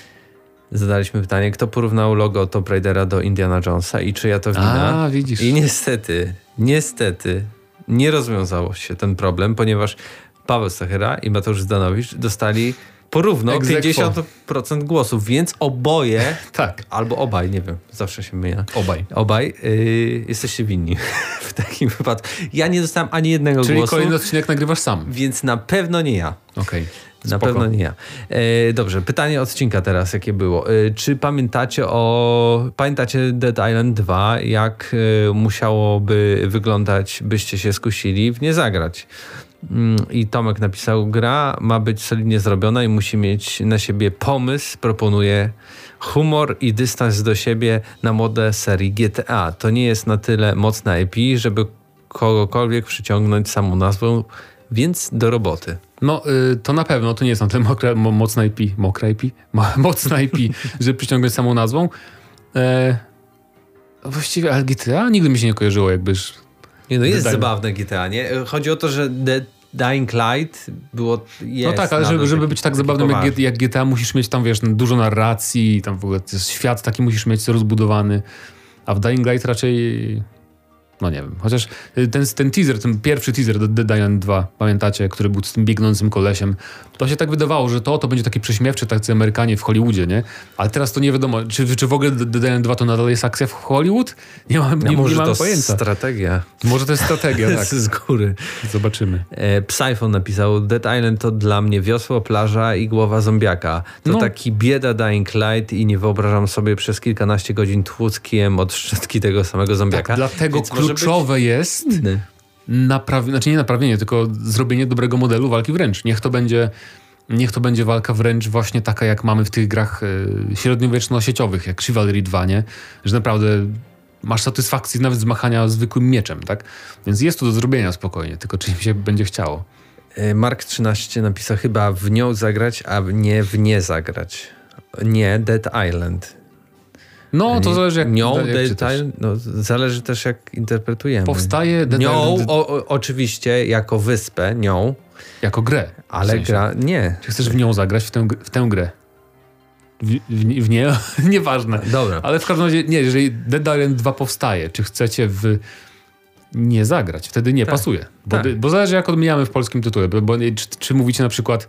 [SPEAKER 1] zadaliśmy pytanie, kto porównał logo Tomb Raidera do Indiana Jonesa i czyja to wina.
[SPEAKER 2] A, widzisz.
[SPEAKER 1] I niestety, niestety nie rozwiązało się ten problem, ponieważ Paweł Stachera i Mateusz Zdanowicz dostali porówno
[SPEAKER 2] Ex aequo.
[SPEAKER 1] pięćdziesiąt procent głosów, więc oboje,
[SPEAKER 2] Tak.
[SPEAKER 1] albo obaj, nie wiem, zawsze się myja.
[SPEAKER 2] Obaj.
[SPEAKER 1] Obaj yy, jesteście winni w takim wypadku. Ja nie dostałem ani jednego
[SPEAKER 2] Czyli
[SPEAKER 1] głosu,
[SPEAKER 2] kolejny odcinek nagrywasz sam.
[SPEAKER 1] więc na pewno nie ja.
[SPEAKER 2] Okej.
[SPEAKER 1] Na
[SPEAKER 2] Spoko.
[SPEAKER 1] pewno nie ja. E, dobrze, pytanie odcinka teraz, jakie było. E, czy pamiętacie o... Pamiętacie Dead Island dwa, jak e, musiałoby wyglądać, byście się skusili w nie zagrać? Mm, I Tomek napisał, gra ma być solidnie zrobiona i musi mieć na siebie pomysł, proponuje humor i dystans do siebie na modę serii G T A. To nie jest na tyle mocna I P, żeby kogokolwiek przyciągnąć samą nazwą, więc do roboty.
[SPEAKER 2] No, y, to na pewno, to nie jest na tyle mokra, mo, mocna I P, mokra I P? Mo, mocna I P, żeby przyciągnąć samą nazwą. E, właściwie, ale G T A nigdy mi się nie kojarzyło, jakbyż...
[SPEAKER 1] Nie, no jest
[SPEAKER 2] Dead
[SPEAKER 1] zabawne G T A, nie? Chodzi o to, że The Dying Light było... Jest
[SPEAKER 2] No tak, ale żeby, żeby być tak zabawnym jak, G- jak G T A, musisz mieć tam, wiesz, dużo narracji, tam w ogóle świat taki musisz mieć rozbudowany, a w Dying Light raczej... No nie wiem, chociaż ten, ten teaser, ten pierwszy teaser do Dead Island dwa, pamiętacie, który był z tym biegnącym kolesiem, to się tak wydawało, że to, to będzie takie prześmiewcze, tacy Amerykanie w Hollywoodzie, nie? Ale teraz to nie wiadomo, czy, czy w ogóle Dead Island dwa to nadal jest akcja w Hollywood? Nie mam, nie,
[SPEAKER 1] A może
[SPEAKER 2] nie mam
[SPEAKER 1] to
[SPEAKER 2] pojęcia.
[SPEAKER 1] strategia.
[SPEAKER 2] Może to jest strategia, tak.
[SPEAKER 1] Z góry.
[SPEAKER 2] Zobaczymy.
[SPEAKER 1] E, Psyphon napisał, Dead Island to dla mnie wiosło, plaża i głowa zombiaka. To
[SPEAKER 2] No.
[SPEAKER 1] taki bieda Dying Light i nie wyobrażam sobie przez kilkanaście godzin tłuc kijem od szczętki tego samego zombiaka.
[SPEAKER 2] Tak, dlatego
[SPEAKER 1] Więc może
[SPEAKER 2] kluczowe jest
[SPEAKER 1] być inny.
[SPEAKER 2] naprawienie, znaczy nie naprawienie, tylko zrobienie dobrego modelu walki wręcz. Niech to będzie, niech to będzie walka wręcz właśnie taka, jak mamy w tych grach y, średniowieczno-sieciowych, jak Chivalry dwa, nie? Że naprawdę masz satysfakcję nawet z machania zwykłym mieczem, tak? Więc jest to do zrobienia spokojnie, tylko czy im się będzie chciało.
[SPEAKER 1] E, Mark trzynaście napisał, chyba w nią zagrać, a nie w nie zagrać. Nie, Dead Island.
[SPEAKER 2] No, to
[SPEAKER 1] Nie,
[SPEAKER 2] zależy jak,
[SPEAKER 1] nią,
[SPEAKER 2] jak
[SPEAKER 1] Dead
[SPEAKER 2] czytasz.
[SPEAKER 1] Island, no, zależy też jak interpretujemy.
[SPEAKER 2] Powstaje Dead
[SPEAKER 1] nią,
[SPEAKER 2] Island
[SPEAKER 1] o, o, oczywiście, jako wyspę, nią,
[SPEAKER 2] jako grę.
[SPEAKER 1] ale
[SPEAKER 2] w sensie.
[SPEAKER 1] gra, nie.
[SPEAKER 2] Czy chcesz w nią zagrać, w tę, w tę grę? W, w, w nie? Nieważne.
[SPEAKER 1] Dobra.
[SPEAKER 2] Ale w każdym razie, nie, jeżeli Dead Island dwa powstaje, czy chcecie w nie zagrać? Wtedy nie
[SPEAKER 1] Tak.
[SPEAKER 2] pasuje. Bo,
[SPEAKER 1] Tak.
[SPEAKER 2] bo zależy jak odmieniamy w polskim tytule. Bo, bo czy, czy mówicie na przykład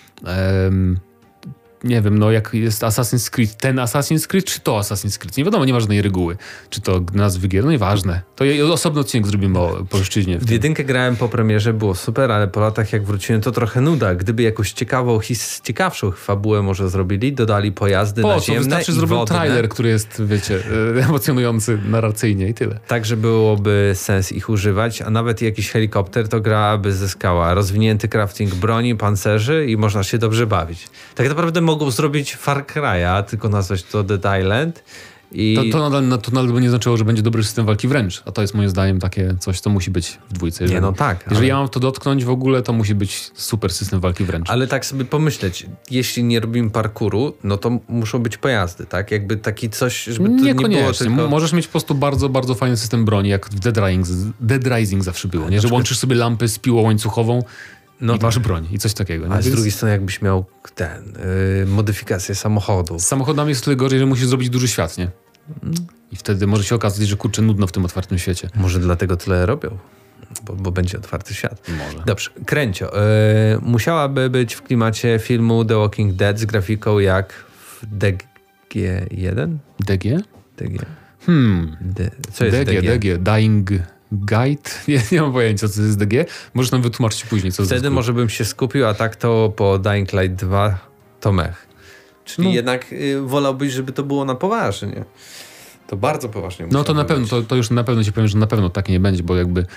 [SPEAKER 2] em, nie wiem, no jak jest Assassin's Creed, ten Assassin's Creed, czy to Assassin's Creed? Nie wiadomo, nie ma żadnej reguły. Czy to nazwy gier, no nieważne. To je, osobny odcinek zrobimy o polszczyźnie.
[SPEAKER 1] W jedynkę grałem po premierze, było super, ale po latach jak wróciłem, to trochę nuda. Gdyby jakąś ciekawą, his, ciekawszą fabułę może zrobili, dodali pojazdy
[SPEAKER 2] Po co?
[SPEAKER 1] naziemne
[SPEAKER 2] Wystarczy
[SPEAKER 1] i
[SPEAKER 2] zrobił
[SPEAKER 1] wodne,
[SPEAKER 2] trailer, który jest, wiecie, e, emocjonujący narracyjnie i tyle.
[SPEAKER 1] tak, że byłoby sens ich używać, a nawet jakiś helikopter, to gra by zyskała rozwinięty crafting broni, pancerzy i można się dobrze bawić. Tak naprawdę mogą zrobić Far Cry'a, tylko nazwać to Dead Island. I...
[SPEAKER 2] To, to, nadal, to nadal by nie znaczyło, że będzie dobry system walki wręcz. A to jest moim zdaniem takie coś, co musi być w dwójce. Jeżeli,
[SPEAKER 1] Nie, no tak.
[SPEAKER 2] jeżeli
[SPEAKER 1] ale...
[SPEAKER 2] ja mam to dotknąć w ogóle, to musi być super system walki wręcz.
[SPEAKER 1] Ale tak sobie pomyśleć, jeśli nie robimy parkouru, no to muszą być pojazdy, tak? Jakby taki coś, żeby to nie było
[SPEAKER 2] Niekoniecznie.
[SPEAKER 1] tylko...
[SPEAKER 2] Możesz mieć po prostu bardzo, bardzo fajny system broni, jak w Dead Rising, Dead Rising zawsze było, nie? Że łączysz sobie lampy z piłą łańcuchową
[SPEAKER 1] no
[SPEAKER 2] i masz broń i coś takiego.
[SPEAKER 1] A
[SPEAKER 2] nie?
[SPEAKER 1] z
[SPEAKER 2] Więc
[SPEAKER 1] drugiej strony jakbyś miał ten, yy, modyfikację samochodu.
[SPEAKER 2] z samochodami jest tyle gorzej, że musisz zrobić duży świat, nie? I wtedy może się okazać, że kurczę, nudno w tym otwartym świecie.
[SPEAKER 1] Może dlatego tyle robią, bo, bo będzie otwarty świat.
[SPEAKER 2] Może.
[SPEAKER 1] Dobrze, Kręcio. Yy, musiałaby być w klimacie filmu The Walking Dead z grafiką jak w D G jeden?
[SPEAKER 2] D G?
[SPEAKER 1] D G.
[SPEAKER 2] Hmm.
[SPEAKER 1] D... Co jest
[SPEAKER 2] D G,
[SPEAKER 1] D G?
[SPEAKER 2] D G, Dying Guide? Nie, nie mam pojęcia, co to jest D G. Możesz nam wytłumaczyć później, co to
[SPEAKER 1] Wtedy
[SPEAKER 2] jest.
[SPEAKER 1] może bym się skupił, a tak to po Dying Light dwa to mech. Czyli
[SPEAKER 2] No.
[SPEAKER 1] jednak y, wolałbyś, żeby to było na poważnie. To bardzo poważnie.
[SPEAKER 2] No to na
[SPEAKER 1] musiałoby
[SPEAKER 2] pewno,
[SPEAKER 1] być.
[SPEAKER 2] to, to już na pewno ci powiem, że na pewno tak nie będzie, bo jakby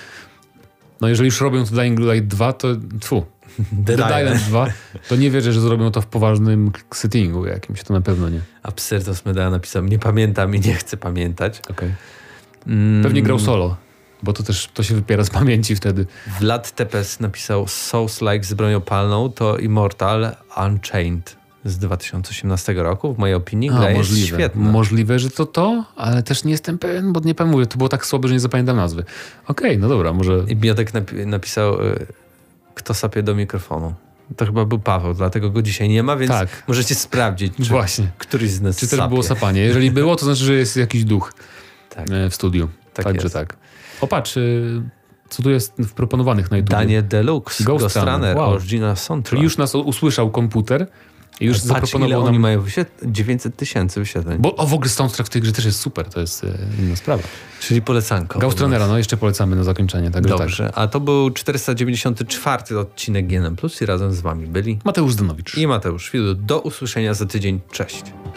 [SPEAKER 2] no jeżeli już robią to Dying Light dwa, to tfu,
[SPEAKER 1] Dead
[SPEAKER 2] Dead
[SPEAKER 1] Island.
[SPEAKER 2] Island dwa, to nie wierzę, że zrobią to w poważnym settingu jakimś, to na pewno nie.
[SPEAKER 1] Absyrtos Medea napisał, nie pamiętam i nie chcę pamiętać.
[SPEAKER 2] Okay.
[SPEAKER 1] Mm,
[SPEAKER 2] Pewnie grał solo. bo to też to się wypiera z pamięci wtedy.
[SPEAKER 1] Vlad Tepes napisał Souls-like z bronią palną, to Immortal Unchained z dwa tysiące osiemnastego roku. W mojej opinii gra
[SPEAKER 2] A,
[SPEAKER 1] jest
[SPEAKER 2] możliwe.
[SPEAKER 1] świetna.
[SPEAKER 2] Możliwe, że to to, ale też nie jestem pewien, bo nie powiem, mówię, to było tak słabe, że nie zapamiętam nazwy. Okej, okay, no dobra, może...
[SPEAKER 1] I Biotek napi- napisał y, kto sapie do mikrofonu. To chyba był Paweł, dlatego go dzisiaj nie ma, więc
[SPEAKER 2] tak.
[SPEAKER 1] możecie sprawdzić, czy
[SPEAKER 2] Właśnie.
[SPEAKER 1] któryś z nas
[SPEAKER 2] Czy też
[SPEAKER 1] sapie.
[SPEAKER 2] było sapanie. Jeżeli było, to znaczy, że jest jakiś duch
[SPEAKER 1] tak.
[SPEAKER 2] w studiu.
[SPEAKER 1] Tak
[SPEAKER 2] Także
[SPEAKER 1] jest.
[SPEAKER 2] tak. O, patrz, y, co tu jest w proponowanych na YouTube.
[SPEAKER 1] Danie Deluxe,
[SPEAKER 2] Ghost
[SPEAKER 1] Ghost
[SPEAKER 2] Runner,
[SPEAKER 1] Runner,
[SPEAKER 2] wow.
[SPEAKER 1] Original Soundtrack.
[SPEAKER 2] Czyli już nas usłyszał komputer i już
[SPEAKER 1] Patrz, ile
[SPEAKER 2] zaproponował
[SPEAKER 1] oni
[SPEAKER 2] nam...
[SPEAKER 1] mają wyświetleń? dziewięćset tysięcy wyświetleń.
[SPEAKER 2] Bo o, w ogóle soundtrack w tej grze też jest super, to jest y, inna sprawa.
[SPEAKER 1] Czyli polecanko.
[SPEAKER 2] Ghost Runnera, no jeszcze polecamy na zakończenie. Także
[SPEAKER 1] Dobrze,
[SPEAKER 2] tak.
[SPEAKER 1] a to był czterysta dziewięćdziesiąty czwarty odcinek G N M plus i razem z wami byli
[SPEAKER 2] Mateusz Zdanowicz.
[SPEAKER 1] i Mateusz Widu. Do usłyszenia za tydzień. Cześć.